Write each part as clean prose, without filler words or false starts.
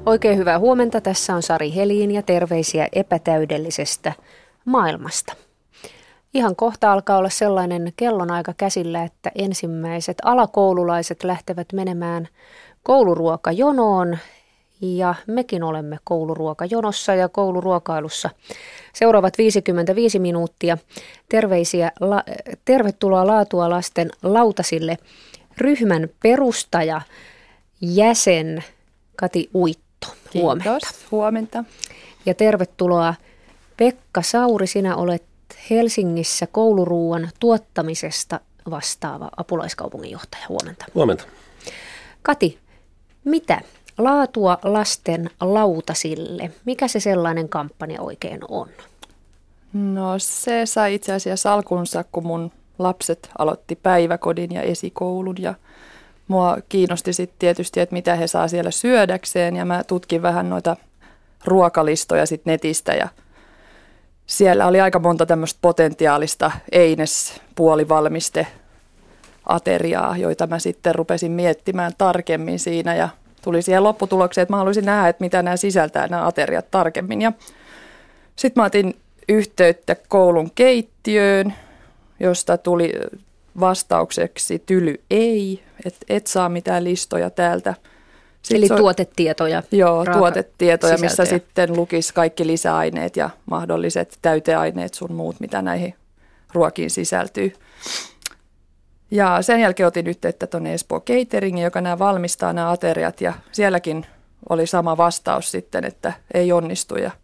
Oikein hyvää huomenta. Tässä on Sari Helin ja terveisiä epätäydellisestä maailmasta. Ihan kohta alkaa olla sellainen kellonaika käsillä, että ensimmäiset alakoululaiset lähtevät menemään kouluruokajonoon. Ja mekin olemme kouluruokajonossa ja kouluruokailussa. Seuraavat 55 minuuttia. Tervetuloa Laatua lasten lautasille ryhmän perustaja, jäsen Kati Uitto. Huomenta. Kiitos. Huomenta. Ja tervetuloa Pekka Sauri. Sinä olet Helsingissä kouluruuan tuottamisesta vastaava apulaiskaupunginjohtaja. Huomenta. Huomenta. Kati, mitä Laatua lasten lautasille? Mikä se sellainen kampanja oikein on? No se sai itse asiassa alkunsa, kun mun lapset aloitti päiväkodin ja esikoulun ja mua kiinnosti sitten tietysti, että mitä he saa siellä syödäkseen ja mä tutkin vähän noita ruokalistoja sitten netistä ja siellä oli aika monta tämmöistä potentiaalista einespuolivalmiste-ateriaa, joita mä sitten rupesin miettimään tarkemmin siinä ja tuli siihen lopputulokseen, että mä haluaisin nähdä, että mitä nämä sisältää nämä ateriat tarkemmin. Ja sitten mä otin yhteyttä koulun keittiöön, josta tuli vastaukseksi tyly ei, että et saa mitään listoja täältä. Eli tuotetietoja. Joo, tuotetietoja, missä sitten lukisi kaikki lisäaineet ja mahdolliset täyteaineet sun muut, mitä näihin ruokiin sisältyy. Ja sen jälkeen otin yhteyttä tuonne Espoo Cateringin, joka nämä valmistaa nämä ateriat ja sielläkin oli sama vastaus sitten, että ei onnistu. Ja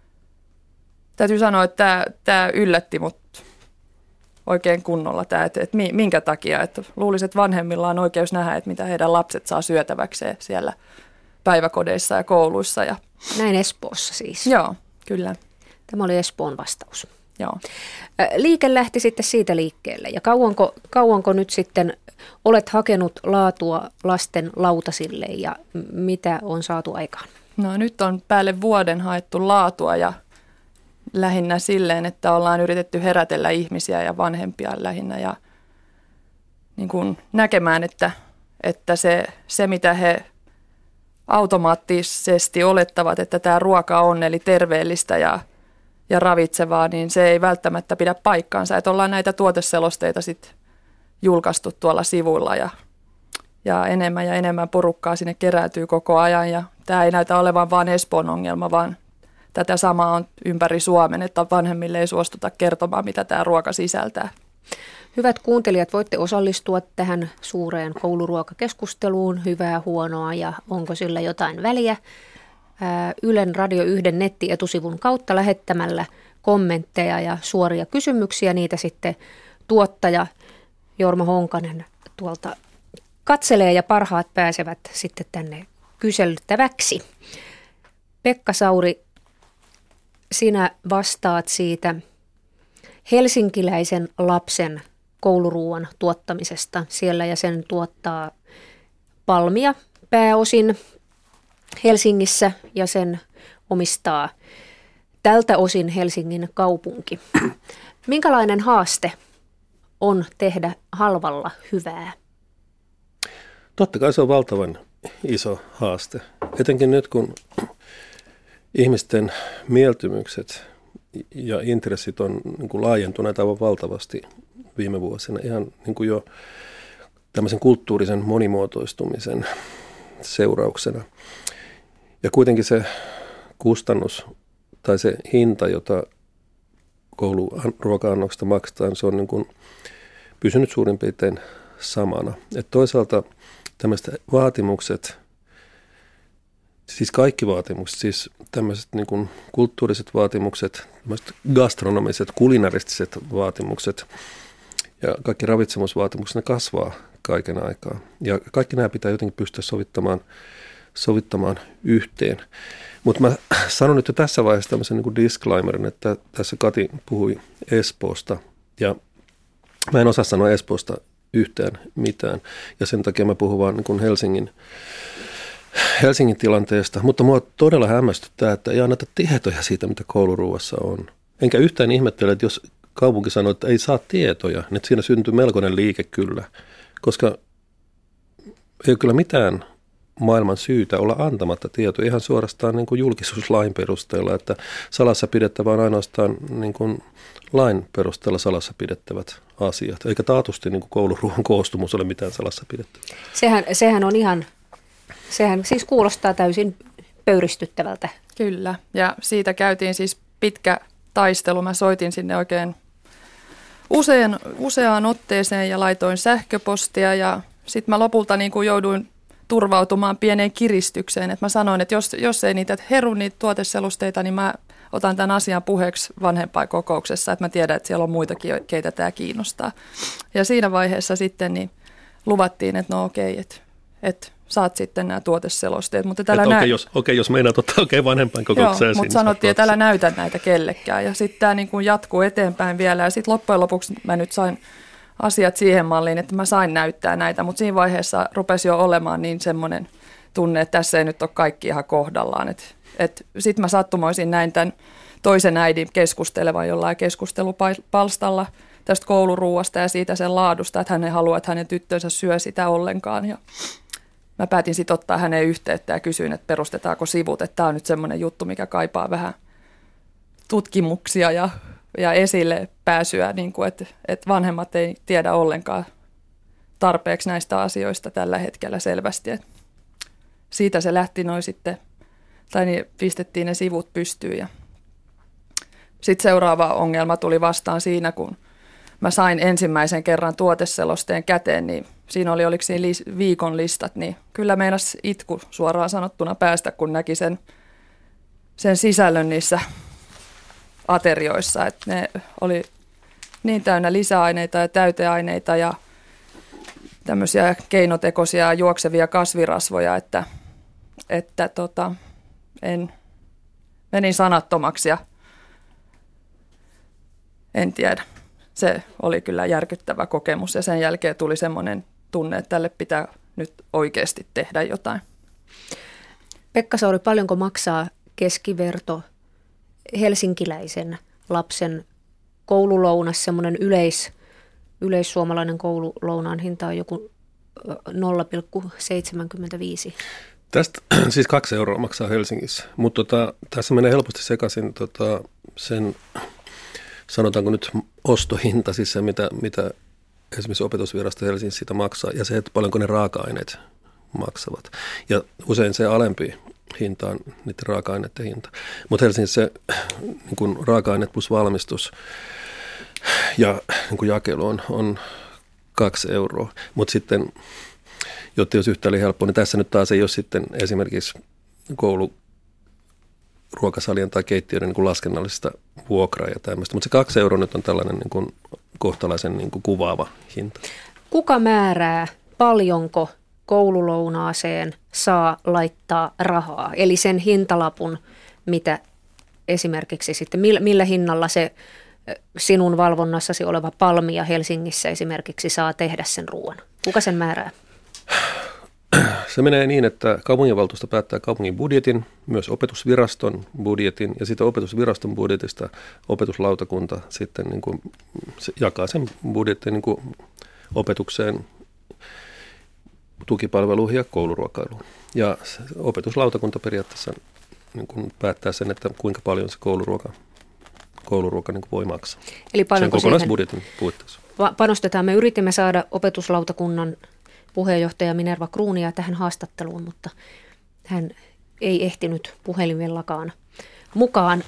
täytyy sanoa, että tämä yllätti mut oikein kunnolla, että minkä takia. Että luulisin, että vanhemmilla on oikeus nähdä, että mitä heidän lapset saa syötäväkseen siellä päiväkodeissa ja kouluissa. Ja näin Espoossa siis. Joo, kyllä. Tämä oli Espoon vastaus. Joo. Liike lähti sitten siitä liikkeelle ja kauanko nyt sitten olet hakenut Laatua lasten lautasille ja mitä on saatu aikaan? No nyt on päälle vuoden haettu laatua ja lähinnä silleen, että ollaan yritetty herätellä ihmisiä ja vanhempia lähinnä ja niin kuin näkemään, että se mitä he automaattisesti olettavat, että tämä ruoka on eli terveellistä ja ravitsevaa, niin se ei välttämättä pidä paikkaansa. Että ollaan näitä tuoteselosteita sitten julkaistu tuolla sivuilla ja enemmän porukkaa sinne kerääntyy koko ajan. Ja tämä ei näytä olevan vain Espoon ongelma, vaan tätä samaa on ympäri Suomen, että vanhemmille ei suostuta kertomaan, mitä tämä ruoka sisältää. Hyvät kuuntelijat, voitte osallistua tähän suureen kouluruokakeskusteluun, hyvää, huonoa ja onko sillä jotain väliä. Ylen Radio 1 nettietusivun kautta lähettämällä kommentteja ja suoria kysymyksiä. Niitä sitten tuottaja Jorma Honkanen tuolta katselee ja parhaat pääsevät sitten tänne kyseltäväksi. Pekka Sauri, sinä vastaat siitä helsinkiläisen lapsen kouluruuan tuottamisesta siellä ja sen tuottaa Palmia pääosin Helsingissä ja sen omistaa tältä osin Helsingin kaupunki. Minkälainen haaste on tehdä halvalla hyvää? Totta kai se on valtavan iso haaste. Etenkin nyt, kun ihmisten mieltymykset ja intressit on niin kuin laajentuneet aivan valtavasti viime vuosina. Ihan niin kuin jo tämmöisen kulttuurisen monimuotoistumisen seurauksena. Ja kuitenkin se kustannus tai se hinta, jota kouluruoka-annoksesta maksetaan, se on niin kuin pysynyt suurin piirtein samana. Et toisaalta tämmöiset vaatimukset, siis kaikki vaatimukset, siis tämmöiset niin kuin kulttuuriset vaatimukset, tämmöiset gastronomiset, kulinaristiset vaatimukset ja kaikki ravitsemusvaatimukset, ne kasvaa kaiken aikaa. Ja kaikki nämä pitää jotenkin pystyä sovittamaan yhteen. Mutta mä sanon nyt jo tässä vaiheessa tämmöisen niin kuin disclaimerin, että tässä Kati puhui Espoosta ja mä en osaa sanoa Espoosta yhtään mitään ja sen takia mä puhun vaan niin kuin Helsingin tilanteesta, mutta mua todella hämmästyttää, että ei anneta tietoja siitä, mitä kouluruuassa on. Enkä yhtään ihmettele, että jos kaupunki sanoo, että ei saa tietoja, niin siinä syntyy melkoinen liike kyllä, koska ei ole kyllä mitään maailman syytä olla antamatta tietoa ihan suorastaan niin kuin julkisuuslain perusteella, että salassa pidettävä on ainoastaan niin kuin lain perusteella salassa pidettävät asiat, eikä taatusti niin kuin kouluruoan koostumus ole mitään salassa pidettävää. Sehän siis kuulostaa täysin pöyristyttävältä. Kyllä, ja siitä käytiin siis pitkä taistelu. Mä soitin sinne oikein useaan otteeseen ja laitoin sähköpostia ja sitten mä lopulta niin kuin jouduin turvautumaan pieneen kiristykseen. Että mä sanoin, että jos ei niitä heru niitä tuoteselusteita, niin mä otan tämän asian puheeksi vanhempainkokouksessa, että mä tiedän, että siellä on muitakin, keitä tämä kiinnostaa. Ja siinä vaiheessa sitten niin luvattiin, että no okei, että saat sitten nämä tuoteselosteet. Mutta jos meinaat ottaa vanhempainkokoukseen. Joo, mutta sanottiin, että älä näytä näitä kellekään. Ja sitten tämä niin kuin jatkuu eteenpäin vielä. Ja sitten loppujen lopuksi mä nyt sain asiat siihen malliin, että mä sain näyttää näitä. Mutta siinä vaiheessa rupesi jo olemaan niin semmoinen tunne, että tässä ei nyt ole kaikki ihan kohdallaan. Sitten mä sattumoisin näin tämän toisen äidin keskustelevan jollain keskustelupalstalla tästä kouluruuasta ja siitä sen laadusta, että hän ei halua, että hänen tyttönsä syö sitä ollenkaan. Ja mä päätin sitten ottaa häneen yhteyttä ja kysyin, että perustetaanko sivut, että tämä on nyt semmoinen juttu, mikä kaipaa vähän tutkimuksia ja esille pääsyä, niin kuin, että vanhemmat ei tiedä ollenkaan tarpeeksi näistä asioista tällä hetkellä selvästi. Et siitä se lähti noin sitten, tai niin pistettiin ne sivut pystyyn. Ja sitten seuraava ongelma tuli vastaan siinä, kun mä sain ensimmäisen kerran tuoteselosteen käteen, niin siinä oliko siinä viikon listat, niin kyllä meinasi itku suoraan sanottuna päästä, kun näki sen sisällön niissä aterioissa. Että ne oli niin täynnä lisäaineita ja täyteaineita ja tämmöisiä keinotekoisia juoksevia kasvirasvoja, että menin sanattomaksi ja en tiedä. Se oli kyllä järkyttävä kokemus ja sen jälkeen tuli semmoinen tunne, että tälle pitää nyt oikeasti tehdä jotain. Pekka Sauri, paljonko maksaa keskiverto helsinkiläisen lapsen koululounas? Semmoinen yleissuomalainen koululounaan hinta on joku 0,75. Tästä siis 2 euroa maksaa Helsingissä, mutta tässä menee helposti sekaisin sen, sanotaanko nyt ostohinta, siis se mitä esimerkiksi opetusvirasto Helsingissä siitä maksaa ja se, että paljonko ne raaka-aineet maksavat. Ja usein se alempi hinta on niiden raaka-aineiden hinta. Mutta Helsingissä se niin kun raaka-aineet plus valmistus ja niin kun jakelu on 2 euroa. Mutta sitten, jotta jos yhtä oli helppoa, niin tässä nyt taas ei ole sitten esimerkiksi kouluruokasalien tai keittiöiden niin kuin laskennallisista vuokraa ja tämmöistä. Mutta se 2 euroa nyt on tällainen niin kuin kohtalaisen niin kuin kuvaava hinta. Kuka määrää, paljonko koululounaaseen saa laittaa rahaa? Eli sen hintalapun, mitä esimerkiksi sitten, millä hinnalla se sinun valvonnassasi oleva Palmia Helsingissä esimerkiksi saa tehdä sen ruoan? Kuka sen määrää? Se menee niin, että kaupunginvaltuusto päättää kaupungin budjetin, myös opetusviraston budjetin ja sitten opetusviraston budjetista opetuslautakunta sitten niin kuin jakaa sen budjetin niin kuin opetukseen, tukipalveluihin ja kouluruokailuun. Ja opetuslautakunta periaatteessa niin kuin päättää sen, että kuinka paljon se kouluruoka niin kuin voi maksaa. Eli sen kokonaisbudjetin puitteissa. Panostetaan. Me yritimme saada opetuslautakunnan puheenjohtaja Minerva Kruunia tähän haastatteluun, mutta hän ei ehtinyt puhelimellakaan mukaan.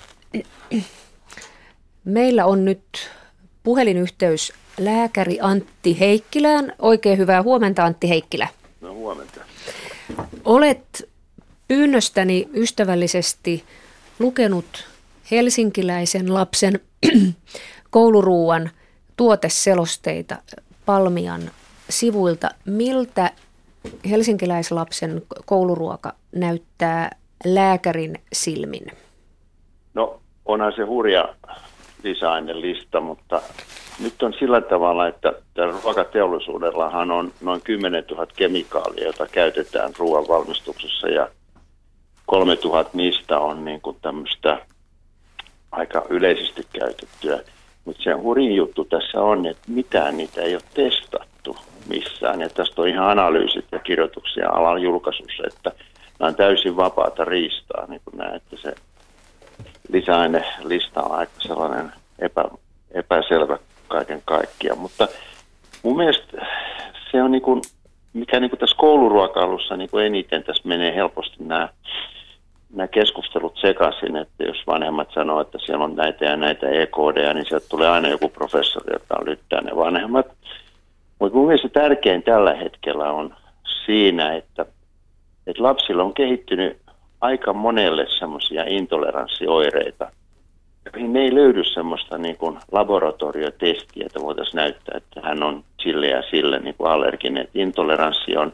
Meillä on nyt puhelinyhteys lääkäri Antti Heikkilään. Oikein hyvää huomenta, Antti Heikkilä. No huomenta. Olet pyynnöstäni ystävällisesti lukenut helsinkiläisen lapsen kouluruuan tuoteselosteita Palmian sivuilta. Miltä helsinkiläislapsen kouluruoka näyttää lääkärin silmin? No onhan se hurja lisäainelista, mutta nyt on sillä tavalla, että ruokateollisuudellahan on noin 10 000 kemikaalia, joita käytetään ruoan valmistuksessa ja 3 000 niistä on niin kuin tämmöistä aika yleisesti käytettyä Mutta se hurjin juttu tässä on, että mitään niitä ei ole testattu missään. Ja tästä on ihan analyysit ja kirjoituksia alan julkaisussa, että nämä on täysin vapaata riistaa, niin kuin näette. Se lisäainelista on aika sellainen epäselvä kaiken kaikkiaan. Mutta mun mielestä se on, niin kuin, mikä niin kuin tässä kouluruokailussa niin kuin eniten tässä menee helposti nämä keskustelut sekaisin, että jos vanhemmat sanoo, että siellä on näitä ja näitä EKD:jä, niin sieltä tulee aina joku professori, joka lyttää ne vanhemmat. Mutta mun mielestä tärkein tällä hetkellä on siinä, että lapsilla on kehittynyt aika monelle semmoisia intoleranssioireita. Ne ei löydy semmoista niin kuin laboratoriotestiä, että voitaisiin näyttää, että hän on sille ja sille niin kuin allerginen. Intoleranssi on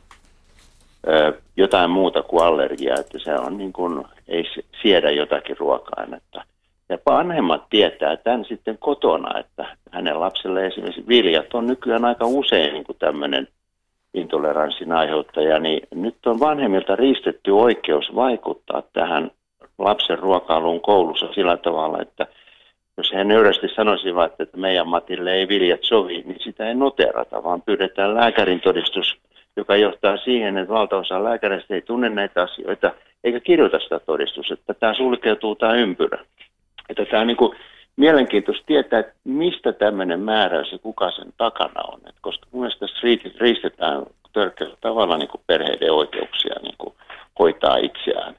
jotain muuta kuin allergia, että se on niin kuin, ei siedä jotakin ruoka-ainetta. Ja vanhemmat tietää tämän sitten kotona, että hänen lapselle esimerkiksi viljat on nykyään aika usein niin kuin tämmöinen intoleranssin aiheuttaja, niin nyt on vanhemmilta riistetty oikeus vaikuttaa tähän lapsen ruokailuun koulussa sillä tavalla, että jos he nöyrästi sanoisivat, että meidän Matille ei viljat sovi, niin sitä ei noterata, vaan pyydetään lääkärin todistus, joka johtaa siihen, että valtaosa lääkäreistä ei tunne näitä asioita, eikä kirjoita sitä todistusta, että tämä sulkeutuu tämä ympyrä. Että tämä on niin kuin mielenkiintoista tietää, että mistä tämmöinen määräys ja kuka sen takana on. Et koska mun mielestä tässä riistetään törkeällä tavalla niin kuin perheiden oikeuksia niin kuin hoitaa itseään.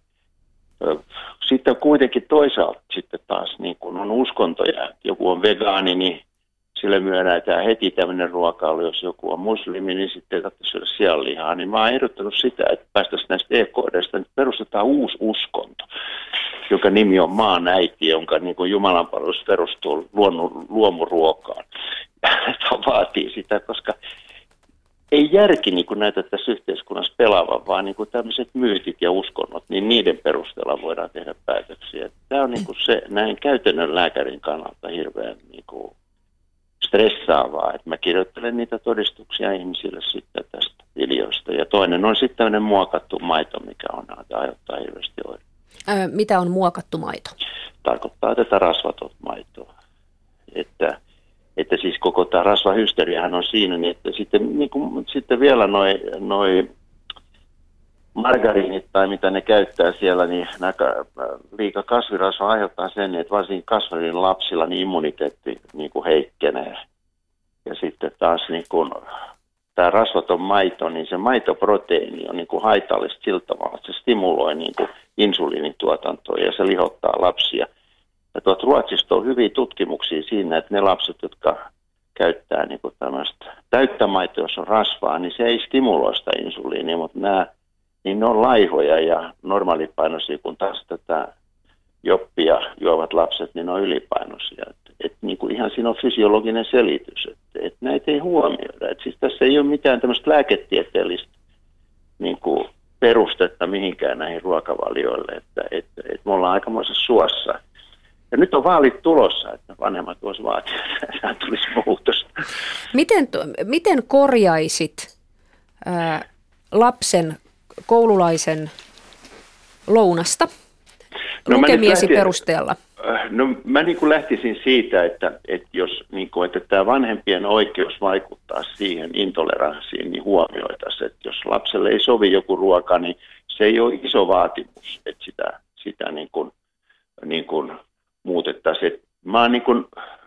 Sitten kuitenkin toisaalta sitten taas niin kun on uskontoja, että joku on vegaani, niin sille myönnetään heti tämmöinen ruokailu, jos joku on muslimi, niin sitten ei tarvitse syödä sianlihaa. Niin mä oon ehdottanut sitä, että päästäisiin näistä EKD:stä, että perustetaan uusi uskonto, joka nimi on maan äiti, jonka niin kuin jumalanpalvelus perustuu luomuruokaan. Tämä vaatii sitä, koska ei järki niin kuin näitä tässä yhteiskunnassa pelaavan, vaan niin kuin tämmöiset myytit ja uskonnot, niin niiden perusteella voidaan tehdä päätöksiä. Tämä on niin kuin se näin käytännön lääkärin kannalta hirveän niin kuin stressaavaa, että mä kirjoittelen niitä todistuksia ihmisille sitten tästä viljoista. Ja toinen on sitten tämmöinen muokattu maito, mikä aiheuttaa hirveästi oireita. Mitä on muokattu maito? Tarkoittaa tätä rasvaton maitoa. Että siis koko tämä rasvahysteriahan on siinä, niin että sitten vielä noi margariinit tai mitä ne käyttää siellä, niin liika kasvirasva aiheuttaa sen, että varsinkin kasvavilla lapsilla niin immuniteetti niin kuin heikkenee. Ja sitten taas niin kuin tämä rasvaton maito, niin se maitoproteiini on niin kuin haitallista sillä tavalla, että se stimuloi niin kuin insuliinituotantoa ja se lihottaa lapsia. Ja Ruotsista on hyviä tutkimuksia siinä, että ne lapset, jotka käyttää niin kuin tämmöistä täyttä maitoa, jos on rasvaa, niin se ei stimuloi sitä insuliinia, mutta niin ne on laihoja ja normaalipainoisia, kun taas tätä joppia juovat lapset, niin ne on ylipainoisia. Et niin kuin ihan siinä on fysiologinen selitys, että näitä ei huomioida. Et siis tässä ei ole mitään tämmöistä lääketieteellistä niin kuin perustetta mihinkään näihin ruokavalioille, että me ollaan aikamoisessa suossa. Ja nyt on vaalit tulossa, että vanhemmat voisivat vaatia, että tulisi muutosta. Miten korjaisit lapsen, koululaisen lounasta lukemiesi perusteella? No mä niin kuin lähtisin siitä, että jos niin kuin, että tämä vanhempien oikeus vaikuttaa siihen intoleranssiin, niin huomioitaisiin, että jos lapselle ei sovi joku ruoka, niin se ei ole iso vaatimus, että sitä niin kuin muutettaisiin. Mä oon niin kuin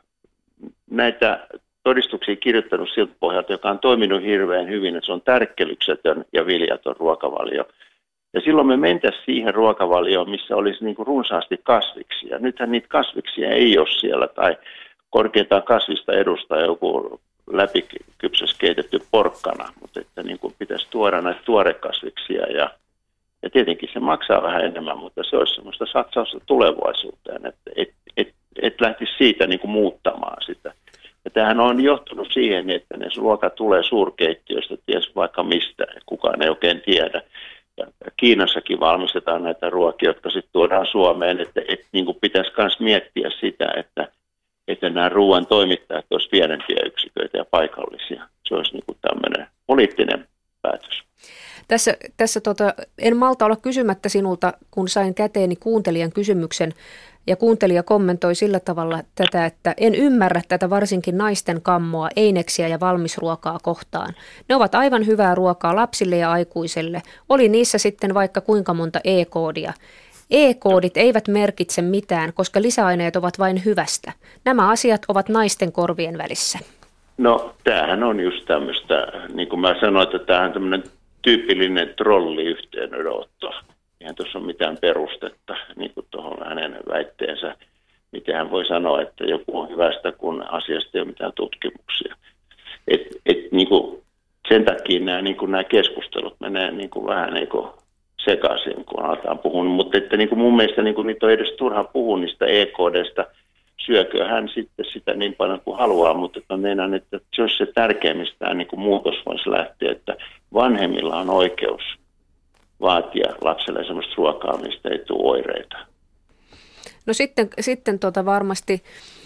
näitä todistuksia kirjoittanut siltä pohjalta, joka on toiminut hirveän hyvin, että se on tärkkelyksetön ja viljaton ruokavalio. Ja silloin me mentäisiin siihen ruokavalioon, missä olisi niin kuin runsaasti kasviksia. Nythän niitä kasviksia ei ole siellä, tai korkeintaan kasvista edustaa joku läpikypsässä keitetty porkkana, mutta että niin kuin pitäisi tuoda näitä tuorekasviksia. Ja tietenkin se maksaa vähän enemmän, mutta se olisi semmoista satsausta tulevaisuuteen, että lähtisi siitä niin kuin muuttamaan sitä. Ja tämähän on johtunut siihen, että ne ruoka tulee suurkeittiöistä, ties vaikka mistä, kukaan ei oikein tiedä. Ja Kiinassakin valmistetaan näitä ruokia, jotka sitten tuodaan Suomeen, että niin kuin pitäisi myös miettiä sitä, että nämä ruoan toimittajat olisivat pienempiä yksiköitä ja paikallisia. Se olisi niin kuin tämmöinen poliittinen päätös. Tässä en malta olla kysymättä sinulta, kun sain käteeni kuuntelijan kysymyksen, ja kuuntelija kommentoi sillä tavalla tätä, että en ymmärrä tätä varsinkin naisten kammoa, eineksiä ja valmisruokaa kohtaan. Ne ovat aivan hyvää ruokaa lapsille ja aikuiselle. Oli niissä sitten vaikka kuinka monta E-koodia. E-koodit eivät merkitse mitään, koska lisäaineet ovat vain hyvästä. Nämä asiat ovat naisten korvien välissä. No, tämähän on just tämmöistä, niin kuin mä sanoin, että tämähän on tämmöinen tyypillinen trolliyhteenotto. Eihän tuossa ole mitään perustetta niin kuin tuohon hänen väitteensä. Miten hän voi sanoa, että joku on hyvästä, kun asiasta ei ole mitään tutkimuksia. Niin kuin sen takia nämä keskustelut menee niin kuin vähän niin kuin sekaisin, kun aletaan puhua. Mutta että niin kuin mun mielestä niin kuin niitä on edes turha puhua niistä E-koodista. Syökö hän sitten sitä niin paljon kuin haluaa, mutta mä meinaan, että se olisi se tärkeä, mistä tämä niin kuin muutos voisi lähteä, että vanhemmilla on oikeus vaatia lapselle sellaista ruokaa, mistä ei tule oireita. No sitten varmasti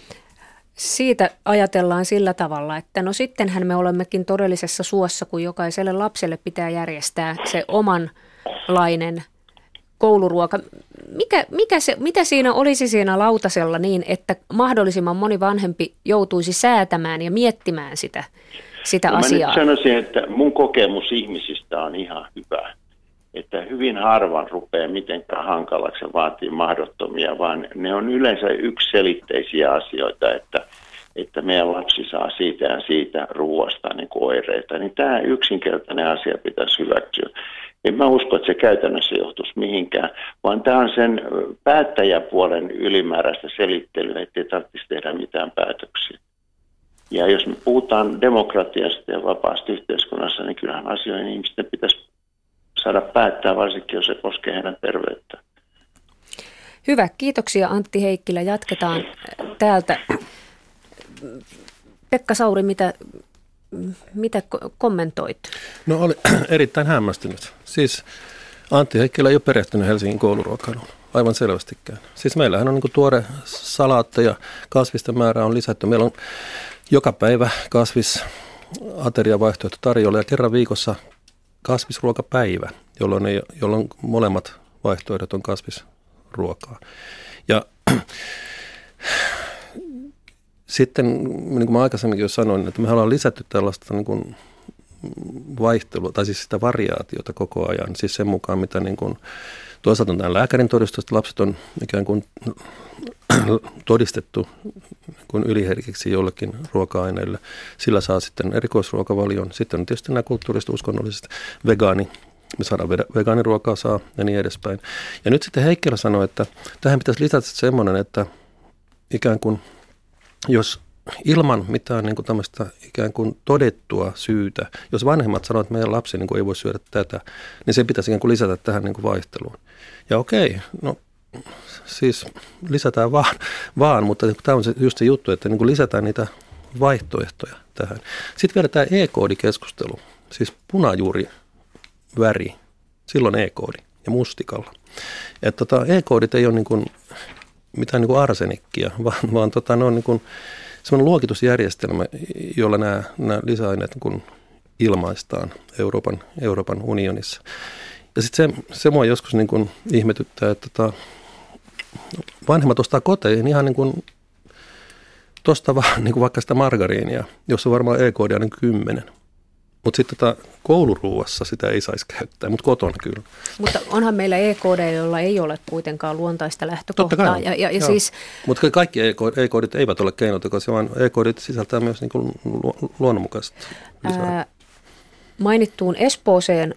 siitä ajatellaan sillä tavalla, että no sittenhän me olemmekin todellisessa suossa, kun jokaiselle lapselle pitää järjestää se omanlainen kouluruoka. Mitä siinä olisi siinä lautasella niin, että mahdollisimman moni vanhempi joutuisi säätämään ja miettimään sitä asiaa? Mä nyt sanoisin, että mun kokemus ihmisistä on ihan hyvä. Että hyvin harvan rupeaa mitenkään hankalaksi ja vaatii mahdottomia, vaan ne on yleensä yksiselitteisiä asioita, että meidän lapsi saa siitä ja siitä ruoasta niin kuin oireita. Niin tämä yksinkertainen asia pitäisi hyväksyä. En mä usko, että se käytännössä johtuisi mihinkään, vaan tämä on sen päättäjäpuolen ylimääräistä selittelyä, ettei tarvitsisi tehdä mitään päätöksiä. Ja jos me puhutaan demokratiasta ja vapaasta yhteiskunnassa, niin kyllähän asioiden ihmisten pitäisi saada päättää, varsinkin jos se koskee heidän terveyttä. Hyvä, kiitoksia Antti Heikkilä. Jatketaan täältä. Pekka Sauri, mitä kommentoit? No oli erittäin hämmästynyt. Siis Antti Heikkilä ei ole perehtynyt Helsingin kouluruokailuun, aivan selvästikään. Siis meillähän on niin kuin tuore salaatteja, kasvisten määrä on lisätty. Meillä on joka päivä kasvisateriavaihtoehto tarjolla ja kerran viikossa kasvisruokapäivä, jolloin molemmat vaihtoehdot on kasvisruokaa. Ja sitten, niin kuin mä aikaisemminkin jo sanoin, että me ollaan lisätty tällaista niin kuin vaihtelua, tai siis sitä variaatiota koko ajan, siis sen mukaan, mitä niin kuin, toisaalta on tämä lääkärin todistus, että lapset on ikään kuin todistettu kuin yliherkiksi jollekin ruoka-aineille. Sillä saa sitten erikoisruokavalion. Sitten on tietysti nämä kulttuuriset, uskonnolliset, vegaani. Me saadaan vegaaniruokaa saa ja niin edespäin. Ja nyt sitten Heikkilä sanoi, että tähän pitäisi lisätä semmoinen, että ikään kuin jos ilman mitään niin kuin tämmöistä ikään kuin todettua syytä, jos vanhemmat sanoo, että meidän lapsi niin kuin ei voi syödä tätä, niin se pitäisi ikään kuin lisätä tähän niin kuin vaihteluun. Ja okei, no siis lisätään vaan, mutta tämä on just se juttu, että niin kuin lisätään niitä vaihtoehtoja tähän. Sitten vielä tämä E-koodikeskustelu, siis punajuuriväri, silloin E-koodi ja mustikalla. Että E-koodit ei ole niin kuin mitään niin kuin arsenikkia, vaan ne on niin kuin semmoinen luokitusjärjestelmä, jolla nämä lisäaineet niin kuin ilmaistaan Euroopan unionissa. Ja sitten se mua joskus niin kuin ihmetyttää, että vanhemmat ostaa koteihin ihan niin kuin tuosta vaan niin kuin vaikka sitä margariinia, jossa varmaan E-koodia on 10. Mutta sitten kouluruuassa sitä ei saisi käyttää, mutta kotona kyllä. Mutta onhan meillä E-koodeja, joilla ei ole kuitenkaan luontaista lähtökohtaa. Siis mutta kaikki E-koodit eivät ole keinotekoisia, vaan E-koodit sisältää myös niin kuin luonnonmukaista lisää. Mainittuun Espooseen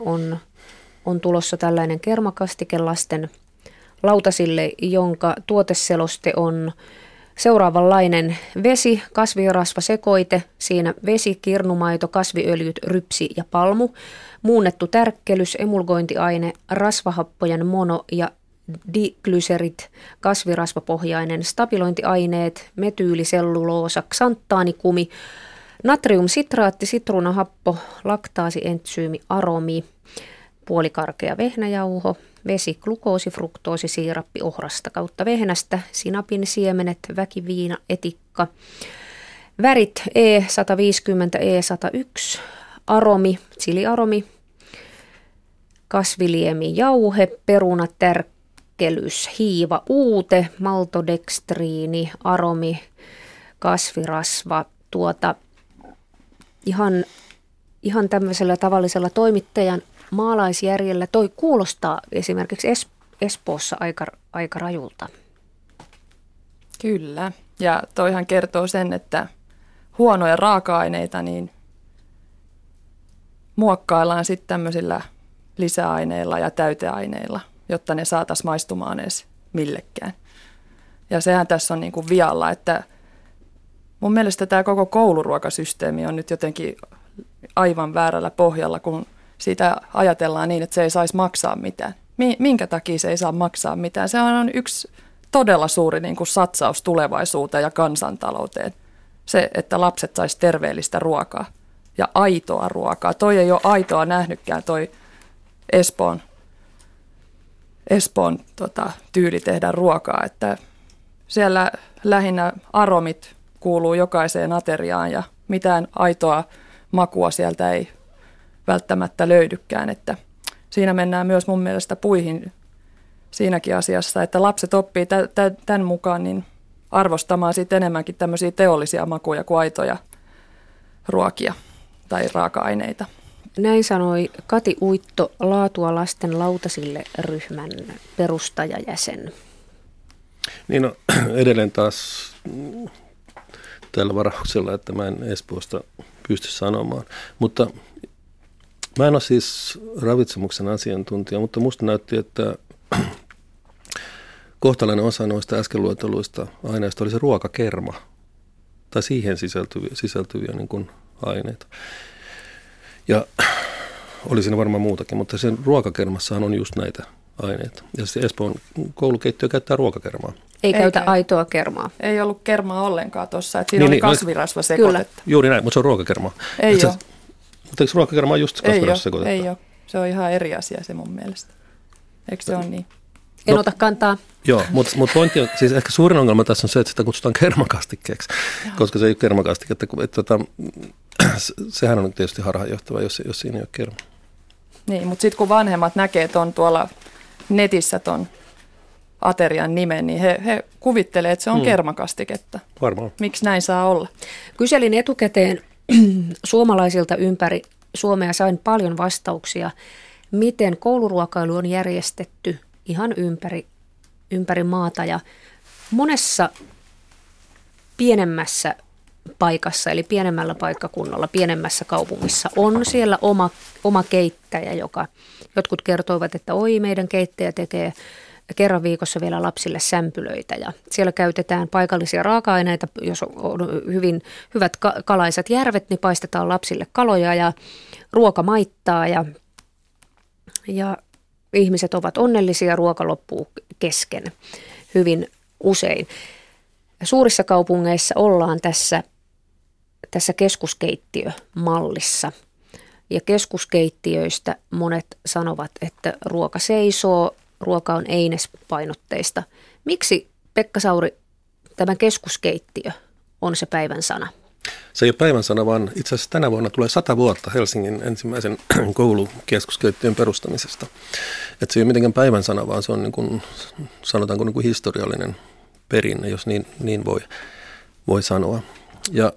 on tulossa tällainen kermakastike lasten lautasille, jonka tuoteseloste on seuraavanlainen: vesi, kasvirasvasekoite, siinä vesi, kirnumaito, kasviöljyt, rypsi ja palmu, muunnettu tärkkelys, emulgointiaine, rasvahappojen mono ja diglycerit, kasvirasvapohjainen, stabilointiaineet, metyyliselluloosa, ksanttaanikumi, natriumsitraatti, sitruunahappo, laktaasientsyymi, aromi, puolikarkea vehnäjauho, vesi, glukoosi, fruktoosi, siirappi ohrasta kautta vehnästä, sinapin siemenet, väkiviina, etikka, värit E150, E101, aromi, chiliaromi, kasviliemijauhe, perunatärkkelys, hiiva, uute, maltodekstriini, aromi, kasvirasva, ihan tämmöisellä tavallisella toimittajan maalaisjärjellä toi kuulostaa esimerkiksi Espoossa aika rajulta. Kyllä, ja toihan kertoo sen, että huonoja raaka-aineita niin muokkaillaan sitten tämmöisillä lisäaineilla ja täyteaineilla, jotta ne saataisiin maistumaan edes millekään. Ja sehän tässä on niin kuin vialla, että mun mielestä tämä koko kouluruokasysteemi on nyt jotenkin aivan väärällä pohjalla, kun siitä ajatellaan niin, että se ei saisi maksaa mitään. Minkä takia se ei saa maksaa mitään? Se on yksi todella suuri niin kuin satsaus tulevaisuuteen ja kansantalouteen. Se, että lapset sais terveellistä ruokaa ja aitoa ruokaa. Toi ei ole aitoa nähnytkään, toi Espoon tyyli tehdä ruokaa. Että siellä lähinnä aromit kuuluu jokaiseen ateriaan ja mitään aitoa makua sieltä ei välttämättä löydykään. Että siinä mennään myös mun mielestä puihin siinäkin asiassa, että lapset oppii tämän mukaan niin arvostamaan siitä enemmänkin tämmöisiä teollisia makuja kuin aitoja ruokia tai raaka-aineita. Näin sanoi Kati Uitto, Laatua lasten lautasille -ryhmän perustajajäsen. Niin no, edelleen taas tällä varauksella, että mä en Espoosta pysty sanomaan. Mutta mä en ole siis ravitsemuksen asiantuntija, mutta musta näytti, että kohtalainen osa noista äsken lueteluista aineista oli se ruokakerma tai siihen sisältyviä niin kuin aineita. Ja oli siinä varmaan muutakin, mutta sen ruokakermassahan on just näitä aineita. Ja se Espoon koulukeittiö käyttää ruokakermaa. Ei käytä aitoa kermaa. Ei ollut kermaa ollenkaan tuossa, että siinä oli kasvirasvasekoitetta. Juuri näin, mutta se on ruokakermaa. Ei ole. Mutta eikö ruokakermaa just kasvirasvasekoitetta? Ei ole. Se on ihan eri asia se mun mielestä. Eikö se ole niin? En ota kantaa. Joo, mutta pointti on, siis ehkä suurin ongelma tässä on se, että sitä kutsutaan kermakastikkeeksi, koska se ei ole kermakastike. Sehän on tietysti harhaanjohtava, jos siinä ei ole kerma. Niin, mutta sitten kun vanhemmat näkee tuolla netissä ton aterian nimen, niin he kuvittelee, että se on kermakastiketta. Varmaan. Miksi näin saa olla? Kyselin etukäteen suomalaisilta ympäri Suomea, sain paljon vastauksia, miten kouluruokailu on järjestetty ihan ympäri maata, ja monessa pienemmässä paikassa, eli pienemmällä paikkakunnalla, pienemmässä kaupungissa on siellä oma keittäjä, jotkut kertoivat, että meidän keittäjä tekee kerran viikossa vielä lapsille sämpylöitä, ja siellä käytetään paikallisia raaka-aineita. Jos on hyvät kalaiset järvet, niin paistetaan lapsille kaloja ja ruoka maittaa, ja ihmiset ovat onnellisia, ruoka loppuu kesken hyvin usein. Suurissa kaupungeissa ollaan tässä keskuskeittiömallissa, ja keskuskeittiöistä monet sanovat, että ruoka seisoo, ruoka on einespainotteista. Miksi, Pekka Sauri, tämä keskuskeittiö on se päivän sana? Se ei ole päivän sana, vaan itse asiassa tänä vuonna tulee 100 vuotta Helsingin ensimmäisen koulukeskuskeittiön perustamisesta. Että se ei ole mitenkään päivän sana, vaan se on niin kuin, sanotaanko niin kuin historiallinen perinne, jos niin voi sanoa. Ja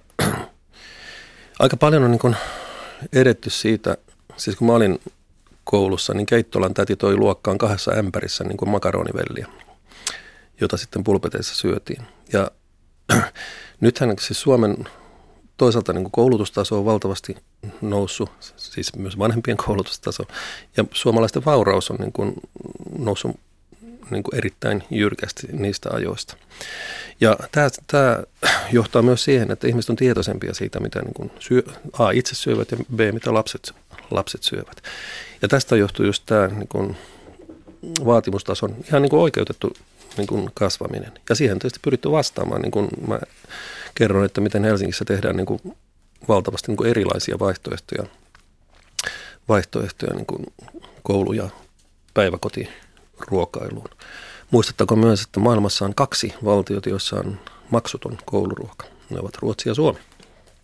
aika paljon on niin kuin edetty siitä, siis kun mä olin koulussa, niin Keittolan täti toi luokkaan 2 ämpärissä niin kuin makaronivelliä, jota sitten pulpeteissa syötiin. Ja nythän siis Suomen toisaalta niin kuin koulutustaso on valtavasti noussut, siis myös vanhempien koulutustaso, ja suomalaisten vauraus on niin kuin noussut niin kuin erittäin jyrkästi niistä ajoista. Ja tämä johtaa myös siihen, että ihmiset on tietoisempia siitä, mitä niin kuin itse syövät ja B, mitä lapset syövät. Ja tästä johtuu just tämä niin kuin vaatimustason ihan niin kuin oikeutettu niin kuin kasvaminen. Ja siihen on tietysti pyritty vastaamaan, niin kuin mä kerron, että miten Helsingissä tehdään niin kuin valtavasti niin kuin erilaisia vaihtoehtoja niin kuin koulu- ja päiväkotiruokailuun. Muistattako myös, että maailmassa on 2 valtiota, joissa on maksuton kouluruoka. Ne ovat Ruotsi ja Suomi.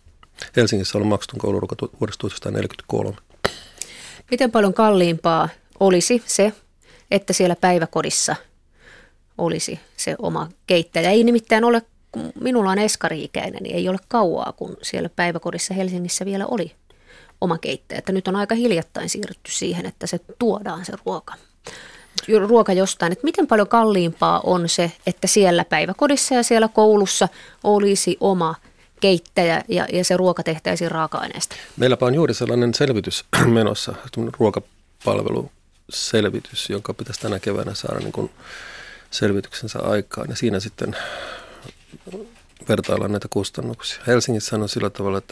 Helsingissä on maksuton kouluruoka vuodesta 1943. Miten paljon kalliimpaa olisi se, että siellä päiväkodissa olisi se oma keittäjä. Ei nimittäin ole, kun minulla on eskari-ikäinen, niin ei ole kauaa, kun siellä päiväkodissa Helsingissä vielä oli oma keittäjä. Että nyt on aika hiljattain siirrytty siihen, että se tuodaan se ruoka jostain. Että miten paljon kalliimpaa on se, että siellä päiväkodissa ja siellä koulussa olisi oma keittäjä ja se ruoka tehtäisiin raaka-aineesta? Meilläpä on juuri sellainen selvitys menossa, ruokapalveluselvitys, jonka pitäisi tänä keväänä saada niin kuin selvityksensä aikaan. Ja siinä sitten vertaillaan näitä kustannuksia. Helsingissä on sillä tavalla, että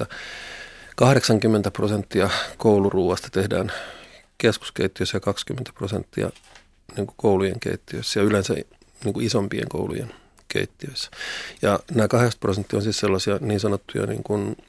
80% kouluruuasta tehdään keskuskeittiössä ja 20% niin kuin koulujen keittiöissä ja yleensä niin kuin isompien koulujen keittiöissä. Ja nämä 80% on siis sellaisia niin sanottuja niin kuin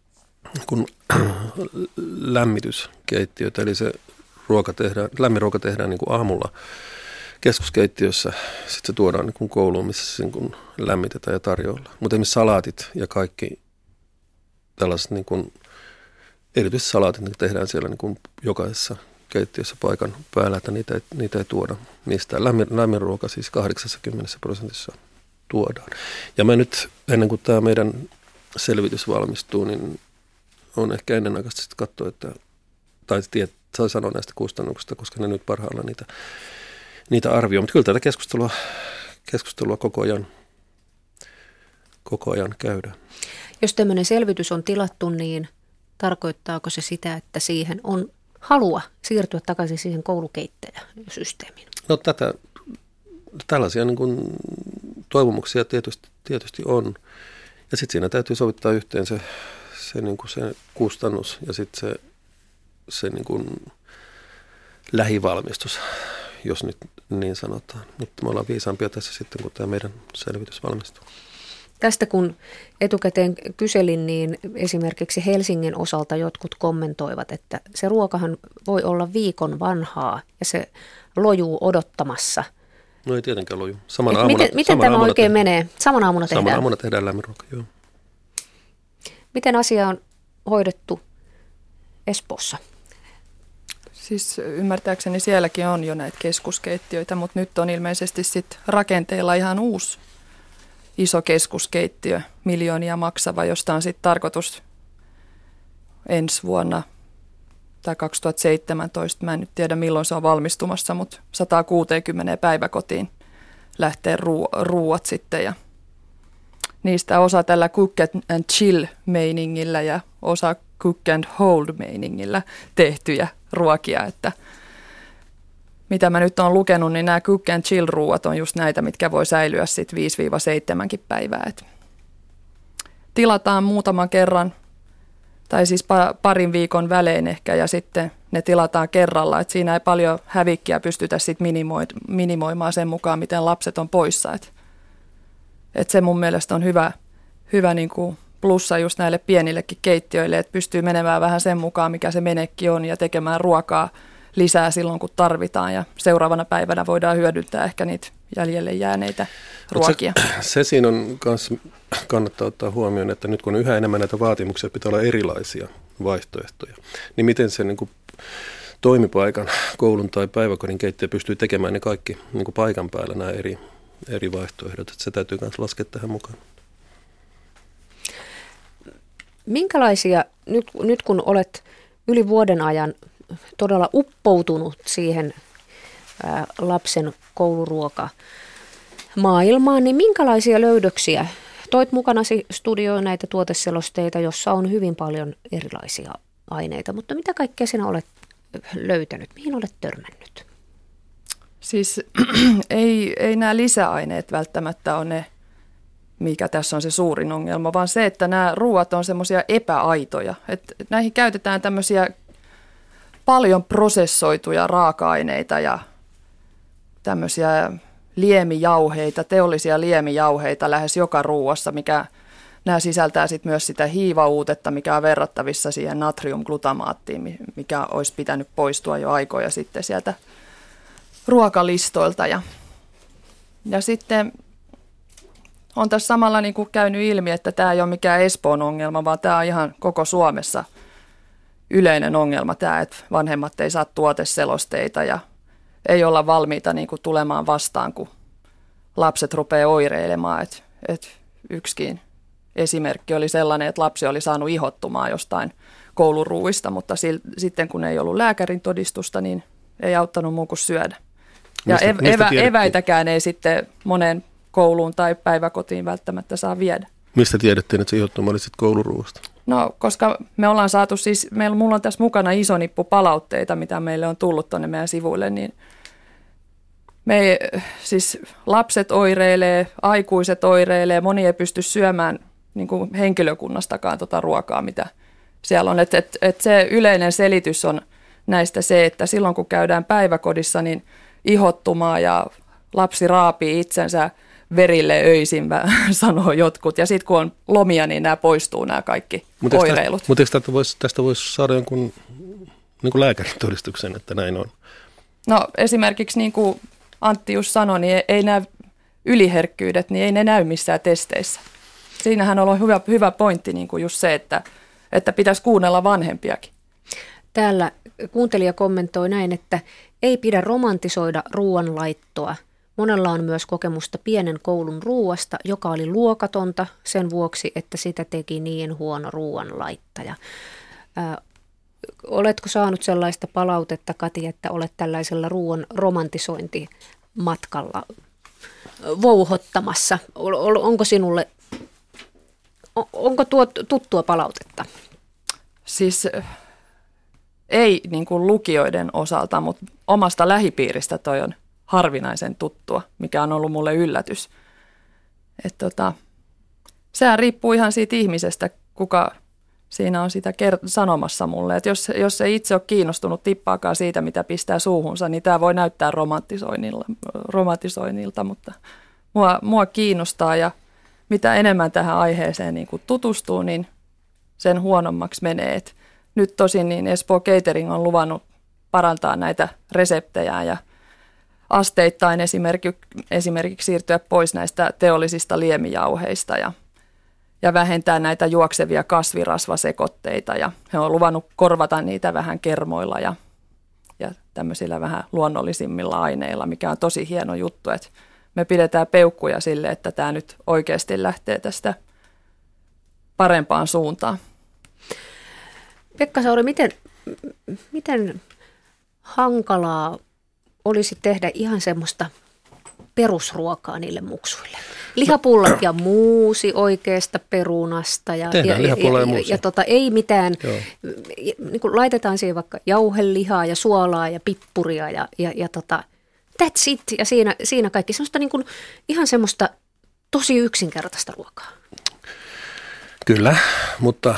lämmityskeittiöitä, eli se lämmin ruoka tehdään niin kuin aamulla keskuskeittiössä, sitten se tuodaan niin kuin kouluun, missä se niin kuin lämmitetään ja tarjoillaan. Mutta esimerkiksi salaatit ja kaikki tällaiset, niin kuin, erityisesti salaatit, niin tehdään siellä niin kuin jokaisessa keittiössä paikan päällä, että niitä ei tuoda mistään. Lämmin ruoka siis 80% tuodaan. Ja mä nyt, ennen kuin tämä meidän selvitys valmistuu, niin on ehkä ennenaikaisesti sitten katsoa, saa sanoa näistä kustannuksista, koska ne nyt parhailla niitä arvioi. Mutta kyllä tätä keskustelua koko ajan käydään. Jos tämmöinen selvitys on tilattu, niin tarkoittaako se sitä, että siihen on halua siirtyä takaisin siihen koulukeittäjäsysteemiin? No tällaisia niin kuin toivomuksia tietysti on. Ja sitten siinä täytyy sovittaa yhteen se kustannus ja sitten se niin kuin lähivalmistus, jos nyt niin sanotaan. Mutta me ollaan viisaampia tässä sitten, kun tämä meidän selvitys valmistuu. Tästä kun etukäteen kyselin, niin esimerkiksi Helsingin osalta jotkut kommentoivat, että se ruokahan voi olla viikon vanhaa ja se lojuu odottamassa. No ei tietenkään loju. Miten tämä oikein menee? Samana aamuna tehdään? Samana aamuna tehdään lämmin ruoka, joo. Miten asia on hoidettu Espoossa? Siis ymmärtääkseni sielläkin on jo näitä keskuskeittiöitä, mutta nyt on ilmeisesti sitten rakenteilla ihan uusi iso keskuskeittiö, miljoonia maksava, josta on sitten tarkoitus ensi vuonna tai 2017, mä en nyt tiedä milloin se on valmistumassa, mutta 160 päiväkotiin lähtee ruuat sitten ja niistä osa tällä cook and chill meiningillä ja osa cook and hold meiningillä tehtyjä ruokia, että mitä mä nyt oon lukenut, niin nämä cook and chill ruuat on just näitä, mitkä voi säilyä sitten 5-7 päivää. Et tilataan muutaman kerran, tai siis parin viikon välein ehkä, ja sitten ne tilataan kerralla. Et siinä ei paljon hävikkiä pystytä sitten minimoimaan sen mukaan, miten lapset on poissa. Et se mun mielestä on hyvä niin kuin plussa just näille pienillekin keittiöille, että pystyy menemään vähän sen mukaan, mikä se menekki on, ja tekemään ruokaa lisää silloin, kun tarvitaan, ja seuraavana päivänä voidaan hyödyntää ehkä niitä jäljelle jääneitä ruokia. Se siinä on kanssa kannattaa ottaa huomioon, että nyt kun on yhä enemmän näitä vaatimuksia, pitää olla erilaisia vaihtoehtoja, niin miten se niin kuin toimipaikan, koulun tai päiväkodin keittiö pystyy tekemään ne kaikki niin kuin paikan päällä nämä eri vaihtoehdot, että se täytyy myös laskea tähän mukaan. Minkälaisia, nyt kun olet yli vuoden ajan todella uppoutunut siihen lapsen kouluruokamaailmaan, niin minkälaisia löydöksiä toit mukanasi studioon näitä tuoteselosteita, jossa on hyvin paljon erilaisia aineita, mutta mitä kaikkea sinä olet löytänyt, mihin olet törmännyt? Siis ei nämä lisäaineet välttämättä ole ne, mikä tässä on se suurin ongelma, vaan se, että nämä ruuat on semmoisia epäaitoja. Että näihin käytetään tämmöisiä paljon prosessoituja raaka-aineita ja tämmöisiä liemijauheita, teollisia liemijauheita lähes joka ruuassa, mikä nämä sisältää sitten myös sitä hiivauutetta, mikä on verrattavissa siihen natriumglutamaattiin, mikä olisi pitänyt poistua jo aikoja sitten sieltä ruokalistoilta. Ja sitten on tässä samalla niin kuin käynyt ilmi, että tämä ei ole mikään Espoon ongelma, vaan tämä on ihan koko Suomessa yleinen ongelma tämä, että vanhemmat ei saa tuoteselosteita ja ei olla valmiita niin kuin tulemaan vastaan, kun lapset rupeaa oireilemaan. Et yksikin esimerkki oli sellainen, että lapsi oli saanut ihottumaan jostain kouluruuista, mutta sitten kun ei ollut lääkärin todistusta, niin ei auttanut muu kuin syödä. Ja eväitäkään ei sitten moneen kouluun tai päiväkotiin välttämättä saa viedä. Mistä tiedettiin, että se ihottuma oli sitten kouluruuasta? No, koska me ollaan saatu siis, mulla on tässä mukana iso nippu palautteita, mitä meille on tullut tuonne meidän sivuille, niin siis lapset oireilee, aikuiset oireilee, moni ei pysty syömään niin kuin henkilökunnastakaan ruokaa, mitä siellä on. Et se yleinen selitys on näistä se, että silloin kun käydään päiväkodissa, niin ihottumaa ja lapsi raapii itsensä verille öisin, sanoo jotkut. Ja sitten kun on lomia, niin nämä poistuu nämä kaikki oireilut. Mutta eikö tästä voisi saada jonkun niin kuin lääkärin todistuksen, että näin on? No esimerkiksi niin kuin Antti just sanoi, niin ei nämä yliherkkyydet, niin ei ne näy missään testeissä. Siinähän on hyvä pointti niin kuin just se, että pitäisi kuunnella vanhempiakin. Täällä kuuntelija kommentoi näin, että ei pidä romantisoida ruoanlaittoa. Monella on myös kokemusta pienen koulun ruuasta, joka oli luokatonta sen vuoksi, että sitä teki niin huono ruoanlaittaja. Oletko saanut sellaista palautetta, Kati, että olet tällaisella ruoan romantisointimatkalla vouhottamassa? Onko sinulle, onko tuo tuttua palautetta? Siis ei niin kuin lukijoiden osalta, mutta omasta lähipiiristä toi on harvinaisen tuttua, mikä on ollut mulle yllätys. Sehän riippuu ihan siitä ihmisestä, kuka siinä on sitä sanomassa mulle. Et jos ei itse ole kiinnostunut tippaakaan siitä, mitä pistää suuhunsa, niin tämä voi näyttää romantisoinnilta, mutta mua kiinnostaa ja mitä enemmän tähän aiheeseen niin kun tutustuu, niin sen huonommaksi menee. Et nyt tosin niin Espoo Catering on luvannut parantaa näitä reseptejä ja asteittain esimerkiksi siirtyä pois näistä teollisista liemijauheista ja vähentää näitä juoksevia kasvirasvasekoitteita. Ja he on luvannut korvata niitä vähän kermoilla ja tämmöisillä vähän luonnollisimmilla aineilla, mikä on tosi hieno juttu, että me pidetään peukkuja sille, että tämä nyt oikeasti lähtee tästä parempaan suuntaan. Pekka Sauri, miten hankalaa olisi tehdä ihan semmoista perusruokaa niille muksuille? Lihapullat ja muusi oikeasta perunasta ja ei mitään, niin kuin laitetaan siihen vaikka jauhelihaa ja suolaa ja pippuria ja that's it ja siinä kaikki semmoista niin kuin ihan semmoista tosi yksinkertaista ruokaa. Kyllä, mutta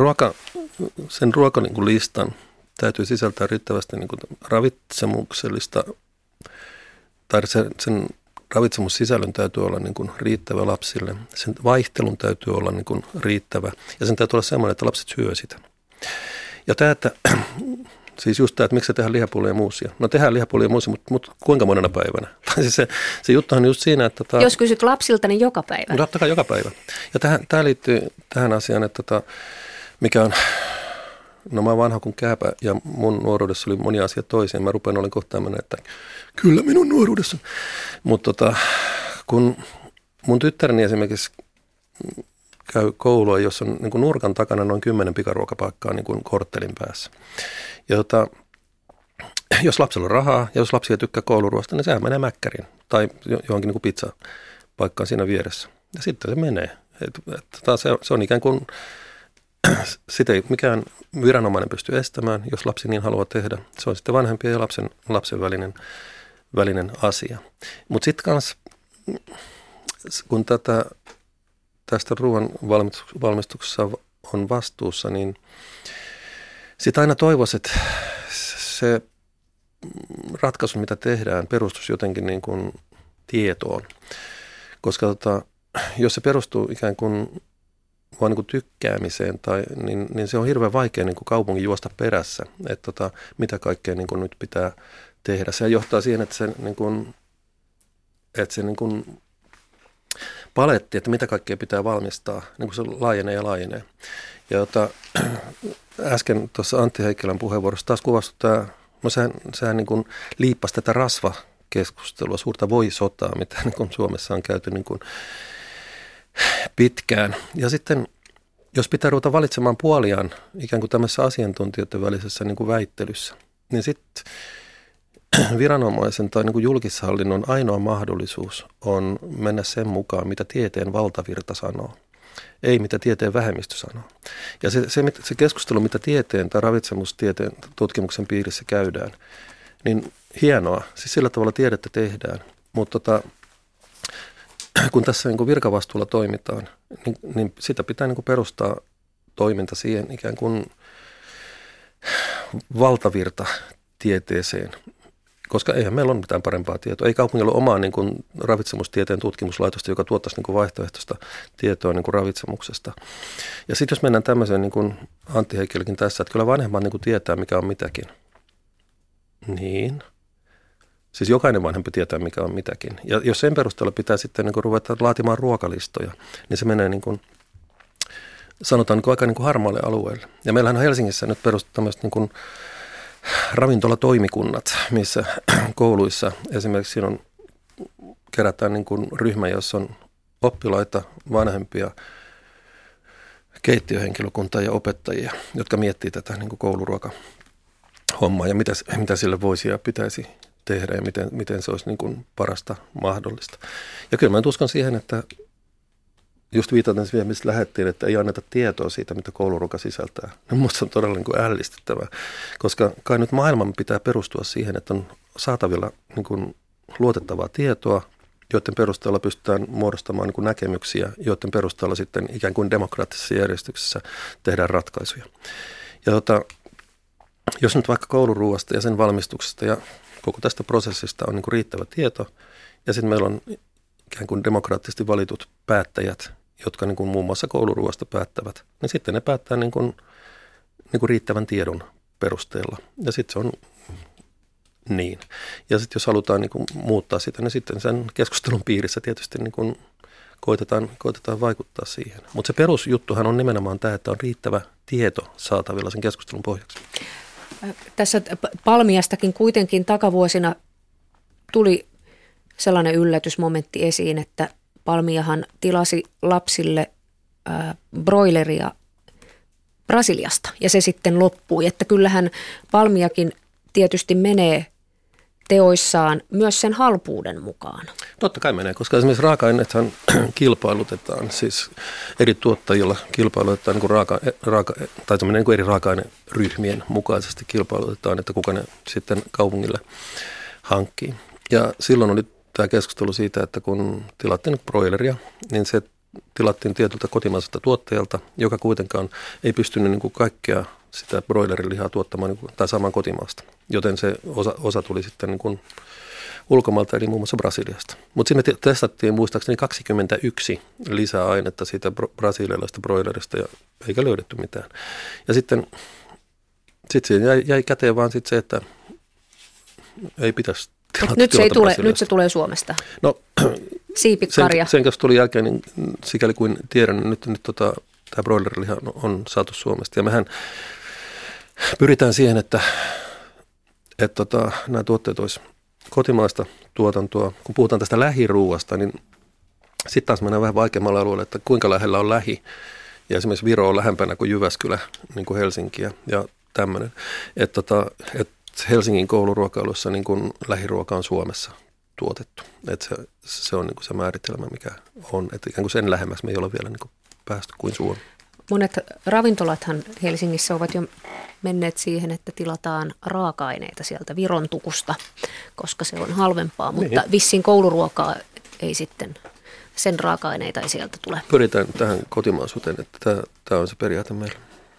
sen ruokalistan täytyy sisältää riittävästi niin kuin ravitsemuksellista, tai sen ravitsemussisällön täytyy olla niin kuin riittävä lapsille. Sen vaihtelun täytyy olla niin kuin riittävä ja sen täytyy olla sellainen, että lapset syö sitä. Ja tämä, että siis just tämä, että miksi tehdään lihapullia ja muusia. No tehdään lihapullia ja muusia, mutta kuinka monena päivänä? Siis se juttuhan on just siinä, että jos kysyt lapsilta, niin joka päivä. Totta kai joka päivä. Ja tämä liittyy tähän asiaan, että mikä on, no mä oon vanha kuin kääpä ja mun nuoruudessa oli monia asioita toisiin. Mä rupean olin kohta tämmöinen, että kyllä minun nuoruudessa. Mutta kun mun tyttäreni esimerkiksi käy koulua, jossa on niin kuin nurkan takana noin 10 pikaruokapaikkaa niin kuin korttelin päässä. Ja jos lapsella on rahaa ja jos lapsi ei tykkää kouluruoasta, niin sehän menee mäkkäriin tai johonkin niin kuin pizzapaikkaan siinä vieressä. Ja sitten se menee. Se on ikään kuin, sitä ei mikään viranomainen pysty estämään, jos lapsi niin haluaa tehdä. Se on sitten vanhempien ja lapsen välinen asia. Mutta sitten kanssa, kun tästä ruoan valmistuksessa on vastuussa, niin sitä aina toivoisi, että se ratkaisu, mitä tehdään, perustuisi jotenkin niin kuin tietoon. Koska jos se perustuu ikään kuin vaan niin kuin tykkäämiseen, niin se on hirveän vaikea niin kuin kaupungin juosta perässä, että mitä kaikkea niin kuin nyt pitää tehdä. Se johtaa siihen, että se niin kuin paletti, että mitä kaikkea pitää valmistaa, niin kuin se laajenee ja laajenee. Ja äsken tuossa Antti Heikkilän puheenvuorossa taas kuvastui tämä sehän niin kuin liippasi tätä rasvakeskustelua, suurta voi-sotaa, mitä niin kuin Suomessa on käyty niin kuin pitkään. Ja sitten jos pitää ruveta valitsemaan puoliaan ikään kuin tämmöisessä asiantuntijoiden välisessä niin kuin väittelyssä, niin sitten viranomaisen tai niin kuin julkishallinnon ainoa mahdollisuus on mennä sen mukaan, mitä tieteen valtavirta sanoo, ei mitä tieteen vähemmistö sanoo. Ja se keskustelu, mitä tieteen tai ravitsemustieteen tutkimuksen piirissä käydään, niin hienoa, siis sillä tavalla tiedettä tehdään, mutta kun tässä niin kuin virkavastuulla toimitaan, niin sitä pitää niin kuin perustaa toiminta siihen ikään kuin valtavirta tieteeseen, koska eihän meillä ole mitään parempaa tietoa. Ei kaupungilla ole omaa niin kuin ravitsemustieteen tutkimuslaitosta, joka tuottaisi niin kuin vaihtoehtoista tietoa niin kuin ravitsemuksesta. Ja sitten jos mennään tämmöiseen, niin kuin Antti Heikkilläkin tässä, että kyllä vanhemmat niin kuin tietää, mikä on mitäkin. Niin. Siis jokainen vanhempi tietää, mikä on mitäkin. Ja jos sen perusteella pitää sitten niin kuin ruveta laatimaan ruokalistoja, niin se menee niin kuin, sanotaan niin kuin aika niin kuin harmaalle alueelle. Ja meillähän on Helsingissä nyt perustettu tämmöiset niin kuin ravintolatoimikunnat, missä kouluissa esimerkiksi siinä kerätään niin kuin ryhmä, jossa on oppilaita, vanhempia, keittiöhenkilökuntaa ja opettajia, jotka miettii tätä niin kuin kouluruokahommaa ja mitä sille voisi ja pitäisi tehdä ja miten se olisi niin kuin parasta mahdollista. Ja kyllä mä uskon siihen, että just viitaten siihen, mistä lähdettiin, että ei anneta tietoa siitä, mitä kouluruoka sisältää. No, minusta on todella niin kuin ällistyttävää, koska kai nyt maailman pitää perustua siihen, että on saatavilla niin kuin luotettavaa tietoa, joiden perusteella pystytään muodostamaan niin kuin näkemyksiä, joiden perusteella sitten ikään kuin demokraattisessa järjestyksessä tehdään ratkaisuja. Ja jos nyt vaikka kouluruuasta ja sen valmistuksesta ja koko tästä prosessista on niin kuin riittävä tieto, ja sitten meillä on ikään kuin demokraattisesti valitut päättäjät, jotka niin kuin muun muassa kouluruuasta päättävät, niin sitten ne päättää niin kuin riittävän tiedon perusteella. Ja sitten se on niin. Ja sitten jos halutaan niin kuin muuttaa sitä, niin sitten sen keskustelun piirissä tietysti niin kuin koitetaan vaikuttaa siihen. Mutta se perusjuttuhan on nimenomaan tämä, että on riittävä tieto saatavilla sen keskustelun pohjaksi. Tässä Palmiastakin kuitenkin takavuosina tuli sellainen yllätysmomentti esiin, että Palmiahan tilasi lapsille broileria Brasiliasta ja se sitten loppui. Että kyllähän Palmiakin tietysti menee teoissaan myös sen halpuuden mukaan. Totta kai menee, koska esimerkiksi raaka-aineethan kilpailutetaan, siis eri tuottajilla kilpailutetaan niin kuin eri raaka-aineryhmien mukaisesti kilpailutetaan, että kuka ne sitten kaupungille hankkii. Ja silloin oli tämä keskustelu siitä, että kun tilattiin broileria, niin se tilattiin tietyltä kotimaiselta tuottajalta, joka kuitenkaan ei pystynyt niin kuin kaikkea sitä broilerilihaa tuottamaan niin kuin, tai saamaan kotimaasta. Joten se osa tuli sitten niin kuin ulkomailta, eli muun muassa Brasiliasta. Mutta sinne testattiin muistaakseni 21 lisäainetta siitä brasilialaisesta broilerista, ja eikä löydetty mitään. Ja sitten siihen jäi käteen vaan sit se, että ei pitäisi nyt se tulee Suomesta. No, siipikarja. Sen kanssa tuli jälkeen, niin sikäli kuin tiedän, niin nyt tämä broileriliha on saatu Suomesta. Ja mehän pyritään siihen, että nämä tuotteet olisi kotimaista tuotantoa. Kun puhutaan tästä lähiruuasta, niin sitten taas mennään vähän vaikeammalle alueelle, että kuinka lähellä on lähi. Ja esimerkiksi Viro on lähempänä kuin Jyväskylä, niin kuin Helsinkiä ja tämmöinen. Että Helsingin kouluruokailussa niin kuin lähiruoka on Suomessa tuotettu. Että se on niin kuin se määritelmä, mikä on. Että ikään kuin sen lähemmäs me ei ole vielä niin kuin päästy kuin Suomi. Monet ravintolathan Helsingissä ovat jo menneet siihen, että tilataan raaka-aineita sieltä Viron tukusta, koska se on halvempaa. Niin. Mutta vissiin kouluruokaa ei sitten, sen raaka-aineita ei sieltä tule. Pyritään tähän kotimaisuuteen, että tämä on se periaate meillä.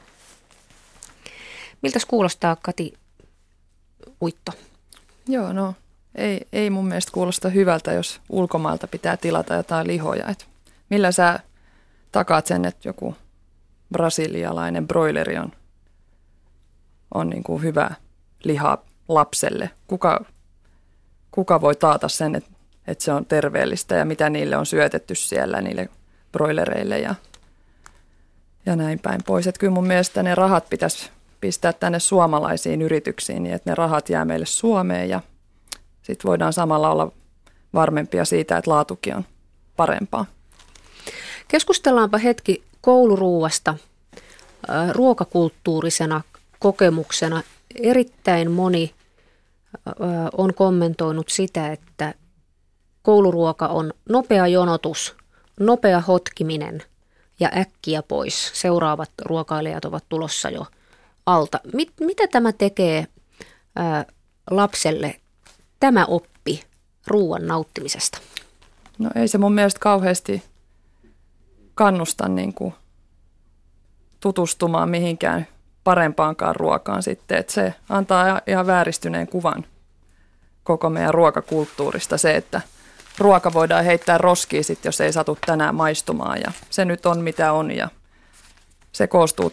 Miltäs kuulostaa, Kati Uitto? Joo, no ei mun mielestä kuulosta hyvältä, jos ulkomailta pitää tilata jotain lihoja. Et millä sä takaat sen, että joku brasilialainen broileri on niin kuin hyvä liha lapselle? Kuka voi taata sen, että se on terveellistä ja mitä niille on syötetty siellä, niille broilereille ja näin päin pois. Että kyllä mun mielestä ne rahat pitäisi pistää tänne suomalaisiin yrityksiin niin, että ne rahat jää meille Suomeen ja sitten voidaan samalla olla varmempia siitä, että laatukin on parempaa. Keskustellaanpa hetki kouluruuasta ruokakulttuurisena kokemuksena. Erittäin moni on kommentoinut sitä, että kouluruoka on nopea jonotus, nopea hotkiminen ja äkkiä pois. Seuraavat ruokailijat ovat tulossa jo alta. Mitä tämä tekee lapselle, tämä oppi ruoan nauttimisesta? No ei se mun mielestä kauheasti kannusta niin kuin tutustumaan mihinkään parempaankaan ruokaan sitten. Että se antaa ihan vääristyneen kuvan koko meidän ruokakulttuurista se, että ruoka voidaan heittää roskiin sit, jos ei satu tänään maistumaan ja se nyt on mitä on ja se koostuu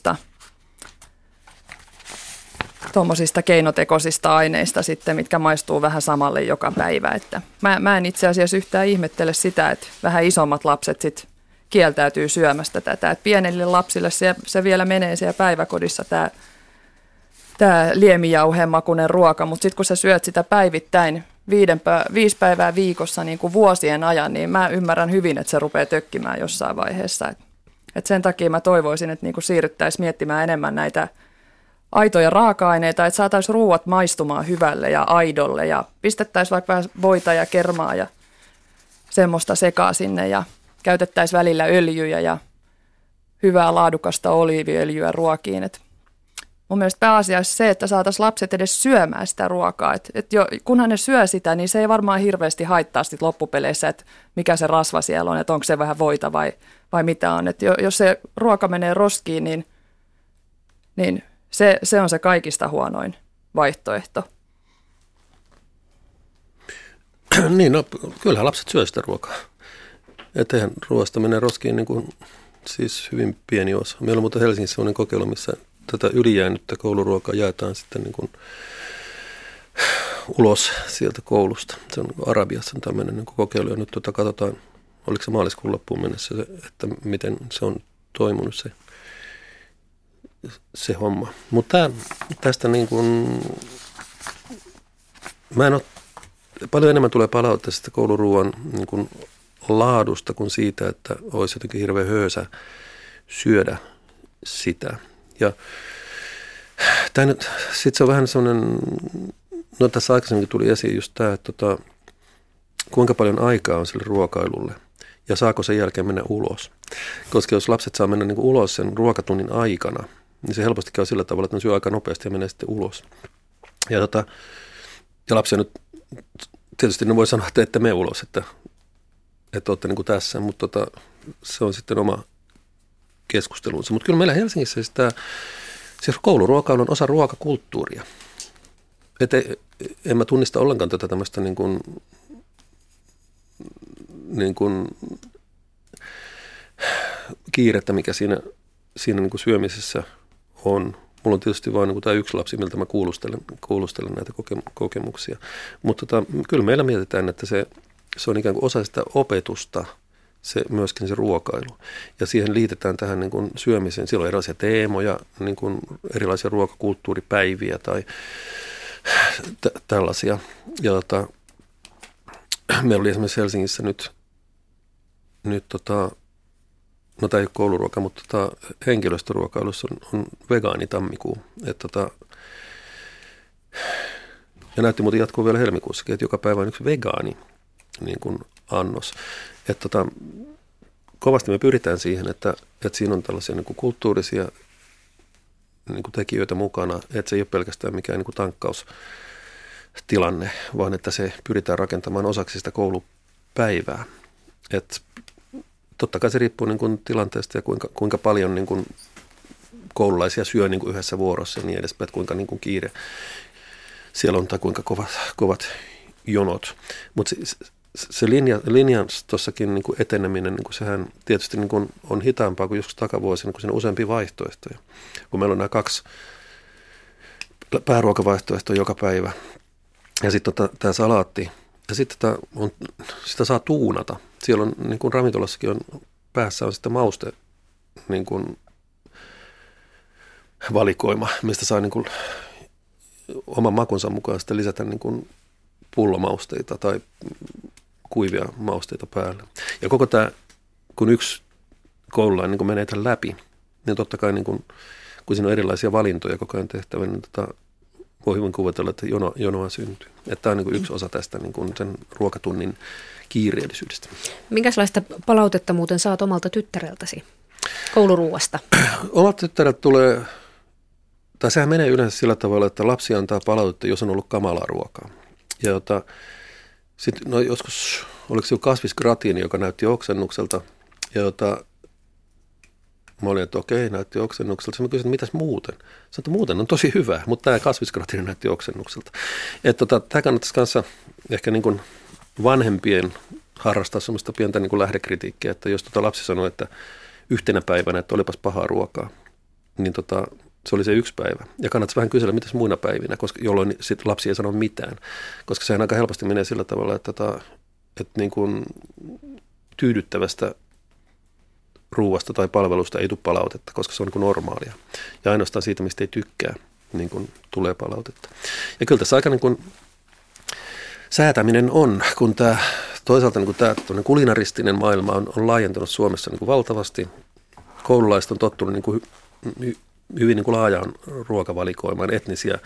tuommoisista keinotekoisista aineista sitten, mitkä maistuu vähän samalle joka päivä. Että mä en itse asiassa yhtään ihmettele sitä, että vähän isommat lapset sitten kieltäytyy syömästä tätä. Et pienille lapsille se vielä menee siellä päiväkodissa tämä liemijauhemakuinen ruoka, mutta sitten kun sä syöt sitä päivittäin 5 päivää viikossa niin kuin vuosien ajan, niin mä ymmärrän hyvin, että se rupeaa tökkimään jossain vaiheessa. Et sen takia mä toivoisin, että niin kuin siirryttäisiin miettimään enemmän näitä aitoja raaka-aineita, että saataisiin ruuat maistumaan hyvälle ja aidolle ja pistettäisiin vaikka vähän voita ja kermaa ja semmoista sekaa sinne ja käytettäisiin välillä öljyjä ja hyvää laadukasta oliiviöljyä ruokiin. Et mun mielestä pääasiassa se, että saataisiin lapset edes syömään sitä ruokaa. Kunhan ne syö sitä, niin se ei varmaan hirveästi haittaa sit loppupeleissä, että mikä se rasva siellä on, että onko se vähän voita vai mitä on. Et jos se ruoka menee roskiin, niin se on se kaikista huonoin vaihtoehto. Niin, no kyllähän lapset syö sitä ruokaa. Että eihän ruoasta menee roskiin niin kuin, siis hyvin pieni osa. Meillä on muuten Helsingissä sellainen kokeilu, missä tätä ylijäänyttä kouluruokaa jaetaan sitten niin kuin ulos sieltä koulusta. Se on Arabiassa on tämmöinen niin kuin kokeilu ja nyt katsotaan, oliko se maaliskuun loppuun mennessä, että miten se on toiminut se homma. Mutta tästä niin kuin, paljon enemmän tulee palautteesta kouluruoan niin kuin laadusta kuin siitä, että olisi jotenkin hirveän höysä syödä sitä. Ja sitten se on vähän sellainen, no tässä aikaisemminkin tuli esiin just tämä, että kuinka paljon aikaa on sille ruokailulle ja saako sen jälkeen mennä ulos. Koska jos lapset saa mennä niin kuin ulos sen ruokatunnin aikana, niin se helposti käy sillä tavalla, että ne syö aika nopeasti ja menee sitten ulos. Ja lapsia nyt, tietysti ne voi sanoa, että ette mene ulos, että olette niin kuin tässä, mutta se on sitten oma keskustelunsa. Mutta kyllä meillä Helsingissä siis kouluruokailu on osa ruokakulttuuria. En mä tunnista ollenkaan tätä tämmöistä niin kuin kiirettä, mikä siinä niin kuin syömisessä on. Mulla on tietysti vain niin tämä yksi lapsi, miltä mä kuulustelen näitä kokemuksia. Mutta kyllä meillä mietitään, että se on ikään kuin osa sitä opetusta, myöskin se ruokailu. Ja siihen liitetään tähän niin kuin syömiseen. Siellä on erilaisia teemoja, niin kuin erilaisia ruokakulttuuripäiviä tai tällaisia. Ja meillä oli esimerkiksi Helsingissä nyt no tämä ei ole kouluruoka, mutta henkilöstöruokailussa on vegaanitammikuu. Ja näytti muuten jatkuu vielä helmikuussakin, että joka päivä on yksi vegaani niin kuin annos. Kovasti me pyritään siihen, että siinä on tällaisia niin kuin kulttuurisia niin kuin tekijöitä mukana, että se ei ole pelkästään mikään niin kuin tankkaustilanne, vaan että se pyritään rakentamaan osaksi sitä koulupäivää. Totta kai se riippuu niin kuin tilanteesta ja kuinka paljon niin kuin koululaisia syö niin kuin yhdessä vuorossa ja niin edespäin, että kuinka niin kuin kiire siellä on tai kuinka kovat jonot. Mutta se linjan tuossakin niin kuin eteneminen, niin kuin sehän tietysti niin kuin on hitaampaa kuin joskus takavuosina, kun siinä on useampia vaihtoehtoja. Kun meillä on nämä 2 pääruokavaihtoehtoa joka päivä ja sitten tämä salaatti ja sitten sitä saa tuunata. Siellä on niin kuin ravintolassakin päässä on sitten mauste niin kuin valikoima, mistä saa niin kuin oman makunsa mukaan sitten lisätä niin kuin pullomausteita tai kuivia mausteita päälle. Ja koko tämä, kun yksi koululainen niin menee tämän läpi, niin totta kai niin kun siinä on erilaisia valintoja koko ajan tehtävä, niin voi hyvin kuvitella, että jonoa syntyy. Että tämä on niin yksi osa tästä niin kun sen ruokatunnin kiireellisyydestä. Minkälaista palautetta muuten saat omalta tyttäreltäsi kouluruuasta? Omalta tyttäreltä tulee, tai sehän menee yleensä sillä tavalla, että lapsi antaa palautetta, jos on ollut kamalaa ruokaa. Ja sitten joskus, oliko se kasvisgratiini, joka näytti oksennukselta, ja mä olin, että okei, näytti oksennukselta. Sitten mä kysyin, että mitäs muuten? Sanoin, että muuten on tosi hyvä, mutta tämä kasvisgratiini näytti oksennukselta. Että tämä kannattaisi kanssa ehkä niin kuin vanhempien harrastaa sellaista pientä niin kuin lähdekritiikkiä, että jos lapsi sanoi, että yhtenä päivänä, että olipas pahaa ruokaa, niin se oli se yksi päivä. Ja kannattaisi vähän kysellä, mitäs muina päivinä, jolloin sit lapsi ei sano mitään. Koska sehän aika helposti menee sillä tavalla, että niin kuin tyydyttävästä ruuasta tai palvelusta ei tule palautetta, koska se on niin kuin normaalia. Ja ainoastaan siitä, mistä ei tykkää, niin kuin tulee palautetta. Ja kyllä tässä aika niin kuin säätäminen on, kun toisaalta niin kuin tämä kulinaristinen maailma on laajentunut Suomessa niin kuin valtavasti. Koululaiset on tottunut niin kuin hyvin niin kuin laajaan ruokavalikoimaan, etnisiä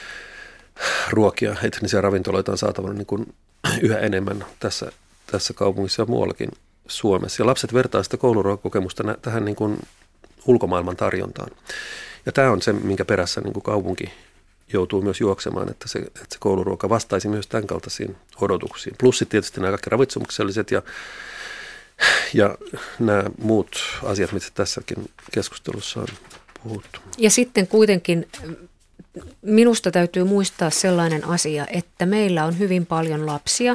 ruokia, etnisiä ravintoloita on saatavana niin kuin yhä enemmän tässä kaupungissa ja muuallakin Suomessa. Ja lapset vertaa sitä kouluruokakokemusta tähän niin kuin ulkomaailman tarjontaan. Ja tämä on se, minkä perässä niin kuin kaupunki joutuu myös juoksemaan, että se kouluruoka vastaisi myös tämän kaltaisiin odotuksiin. Plus tietysti nämä kaikki ravitsemukselliset ja nämä muut asiat, mitä tässäkin keskustelussa on puhuttu. Ja sitten kuitenkin minusta täytyy muistaa sellainen asia, että meillä on hyvin paljon lapsia,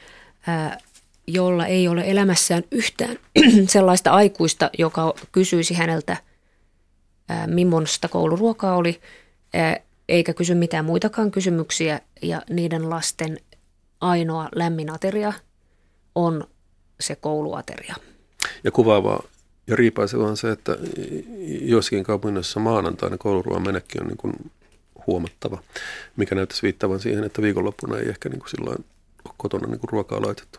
jolla ei ole elämässään yhtään sellaista aikuista, joka kysyisi häneltä, millaista kouluruokaa oli, eikä kysy mitään muitakaan kysymyksiä, ja niiden lasten ainoa lämmin ateria on se kouluateria. Ja kuvaavaa ja riipaisevaa on se, että joissakin kaupungeissa maanantaina kouluruoan menekki on niin kuin huomattava, mikä näyttäisi viittavan siihen, että viikonloppuna ei ehkä niin kuin silloin ole kotona niin kuin ruokaa laitettu.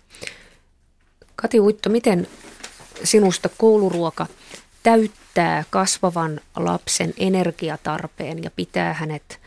Kati Uitto, miten sinusta kouluruoka täyttää kasvavan lapsen energiatarpeen ja pitää hänet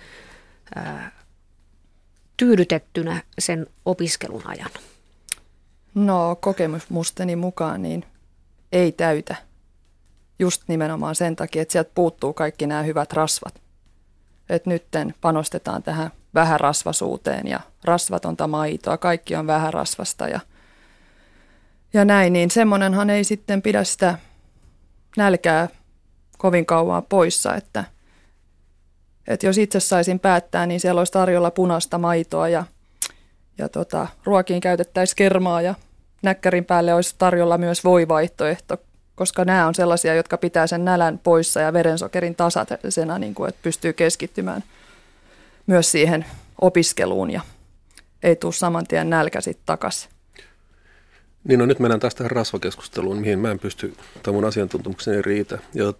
tyydytettynä sen opiskelun ajan? No kokemusteni mukaan niin ei täytä. Just nimenomaan sen takia, että sieltä puuttuu kaikki nämä hyvät rasvat. Että nytten panostetaan tähän vähärasvasuuteen ja rasvatonta maitoa, kaikki on vähärasvasta ja näin, niin semmoinenhan ei sitten pidä sitä nälkää kovin kauan poissa, että jos itse saisin päättää, niin siellä olisi tarjolla punaista maitoa ja ruokiin käytettäisiin kermaa ja näkkärin päälle olisi tarjolla myös voivaihtoehto, koska nämä on sellaisia, jotka pitää sen nälän poissa ja verensokerin tasaisena, niin kuin, että pystyy keskittymään myös siihen opiskeluun ja ei tule saman tien nälkä sitten takaisin. Niin no nyt mennään taas tähän rasvakeskusteluun, mihin mä en pysty, tai mun asiantuntemukseni ei riitä.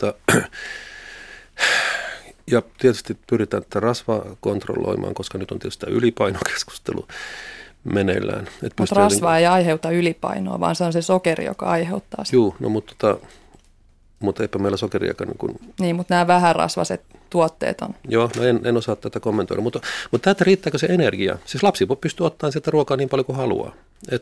Ja tietysti pyritään tätä rasvaa kontrolloimaan, koska nyt on tietysti tämä ylipainokeskustelu meneillään. Mutta rasva ei aiheuta ylipainoa, vaan se on se sokeri, joka aiheuttaa sitä. Joo, no mutta eipä meillä sokeriakaan. Niin, mutta nämä vähärasvaiset tuotteet on. Joo, no en osaa tätä kommentoida, mutta täältä riittääkö se energia? Siis lapsi voi pystyä ottamaan sieltä ruokaa niin paljon kuin haluaa.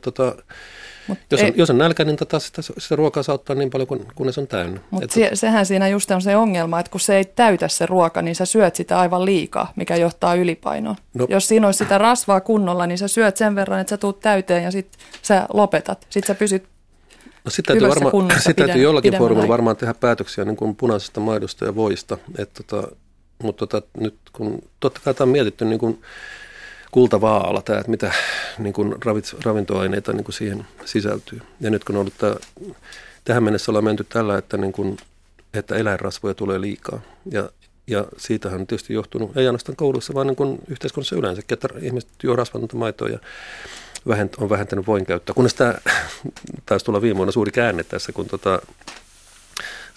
Jos on nälkä, niin sitä ruokaa saa ottaa niin paljon, kunnes on täynnä. Mutta sehän siinä just on se ongelma, että kun se ei täytä se ruoka, niin sä syöt sitä aivan liikaa, mikä johtaa ylipainoon. No. Jos siinä olisi sitä rasvaa kunnolla, niin sä syöt sen verran, että sä tuut täyteen ja sitten sä lopetat. Sitten sä pysyt hyvässä kunnossa Sitten täytyy jollakin foorumilla varmaan tehdä päätöksiä niin kuin punaisesta maidosta ja voista. Mutta nyt kun totta kai tämä on mietitty niin kuin kultavaala, tämä, että mitä niin kuin ravintoaineita niin kuin siihen sisältyy. Ja nyt kun on ollut tähän mennessä ollaan menty tällä, että eläinrasvoja tulee liikaa. Ja siitähän on tietysti johtunut, ei ainoastaan koulussa, vaan niin kuin yhteiskunnassa yleensäkin, että ihmiset juo rasvatonta maitoa ja on vähentänyt voinkäyttöä. Kunnes tämä taisi tulla viime vuonna suuri käänne tässä, kun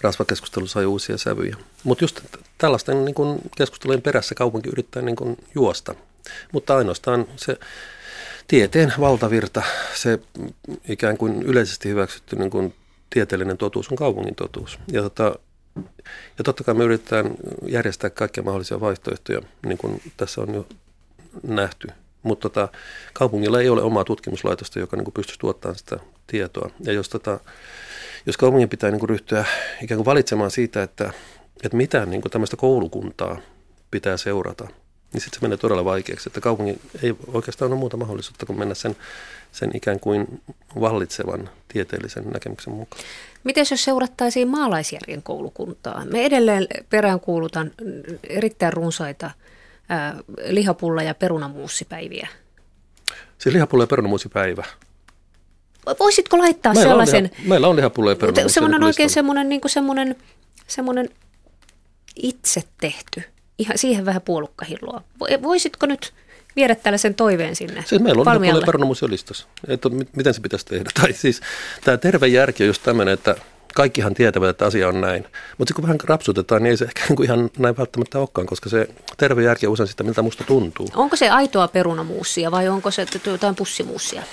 rasvakeskustelu sai uusia sävyjä. Mutta just tällaisten niin kun keskustelujen perässä kaupunki yrittää niin kun juosta, mutta ainoastaan se tieteen valtavirta, se ikään kuin yleisesti hyväksytty niin kun tieteellinen totuus on kaupungin totuus. Ja totta kai me yritetään järjestää kaikkia mahdollisia vaihtoehtoja, niin kuin tässä on jo nähty. Mutta kaupungilla ei ole omaa tutkimuslaitosta, joka niin kuin pystyisi tuottamaan sitä tietoa. Ja jos kaupungin pitää niin kuin ryhtyä ikään kuin valitsemaan siitä, että mitä niin kuin tämmöistä koulukuntaa pitää seurata, niin sitten se menee todella vaikeaksi. Että kaupungin ei oikeastaan ole muuta mahdollisuutta kuin mennä sen ikään kuin vallitsevan tieteellisen näkemyksen mukaan. Miten jos seurattaisiin maalaisjärjen koulukuntaa? Me edelleen peräänkuulutan erittäin runsaita lihapulla- ja perunamuussipäiviä. Siis lihapulla- ja perunamuussipäivä. Voisitko laittaa sellaisen? Meillä on lihapulla- ja perunamuussia. Semmoinen oikein semmoinen itse tehty. Ihan siihen vähän puolukkahilloa. Voisitko nyt viedä tällaisen toiveen sinne? Siis meillä on lihapulla- ja perunamuussia listassa. Että miten se pitäisi tehdä? Tai siis tämä terve järki on just tämmöinen, että kaikkihan tietävät, että asia on näin. Mutta kun vähän rapsutetaan, niin ei se ehkä ihan näin välttämättä olekaan, koska se terve järki on usein sitä, miltä musta tuntuu. Onko se aitoa perunamuussia vai onko se jotain pussimuussia?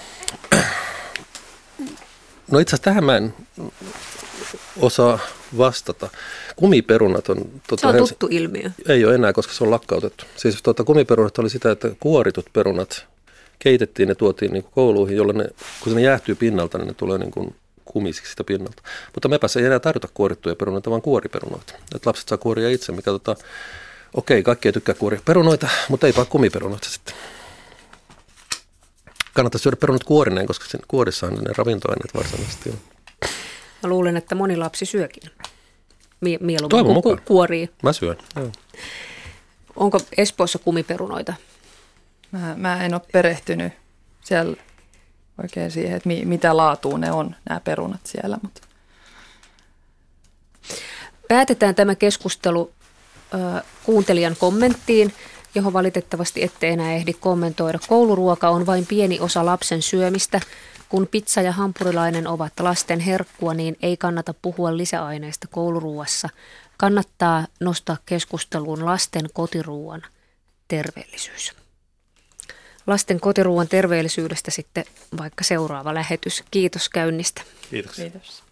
No itse asiassa tähän mä en osaa vastata. Kumiperunat on... Se on tuttu ilmiö. Ei ole enää, koska se on lakkautettu. Siis kumiperunat oli sitä, että kuoritut perunat keitettiin ja tuotiin niin kuin kouluihin, jolloin kun ne jäähtyy pinnalta, niin ne tulee niin kuin kumisiksi sitä pinnalta. Mutta mepässä ei enää tarjota kuorittuja perunoita, vaan kuoriperunoita. Että lapset saa kuoria itse, mikä okei, kaikki ei tykkää kuoria perunoita, mutta eipä kumiperunoita sitten. Kannattaa syödä perunat kuorineen, koska sen kuorissa on ne ravintoaineet varsinaisesti. Mä luulen, että moni lapsi syökin mieluummin kuin kuorii. Mä syön, joo. Onko Espoossa kumiperunoita? Mä en ole perehtynyt siellä oikein siihen, että mitä laatua ne on, nämä perunat siellä. Mutta. Päätetään tämä keskustelu kuuntelijan kommenttiin, johon valitettavasti ette enää ehdi kommentoida. Kouluruoka on vain pieni osa lapsen syömistä. Kun pizza ja hampurilainen ovat lasten herkkua, niin ei kannata puhua lisäaineista kouluruuassa. Kannattaa nostaa keskusteluun lasten kotiruuan terveellisyys. Lasten kotiruuan terveellisyydestä sitten vaikka seuraava lähetys. Kiitos käynnistä. Kiitos. Kiitos.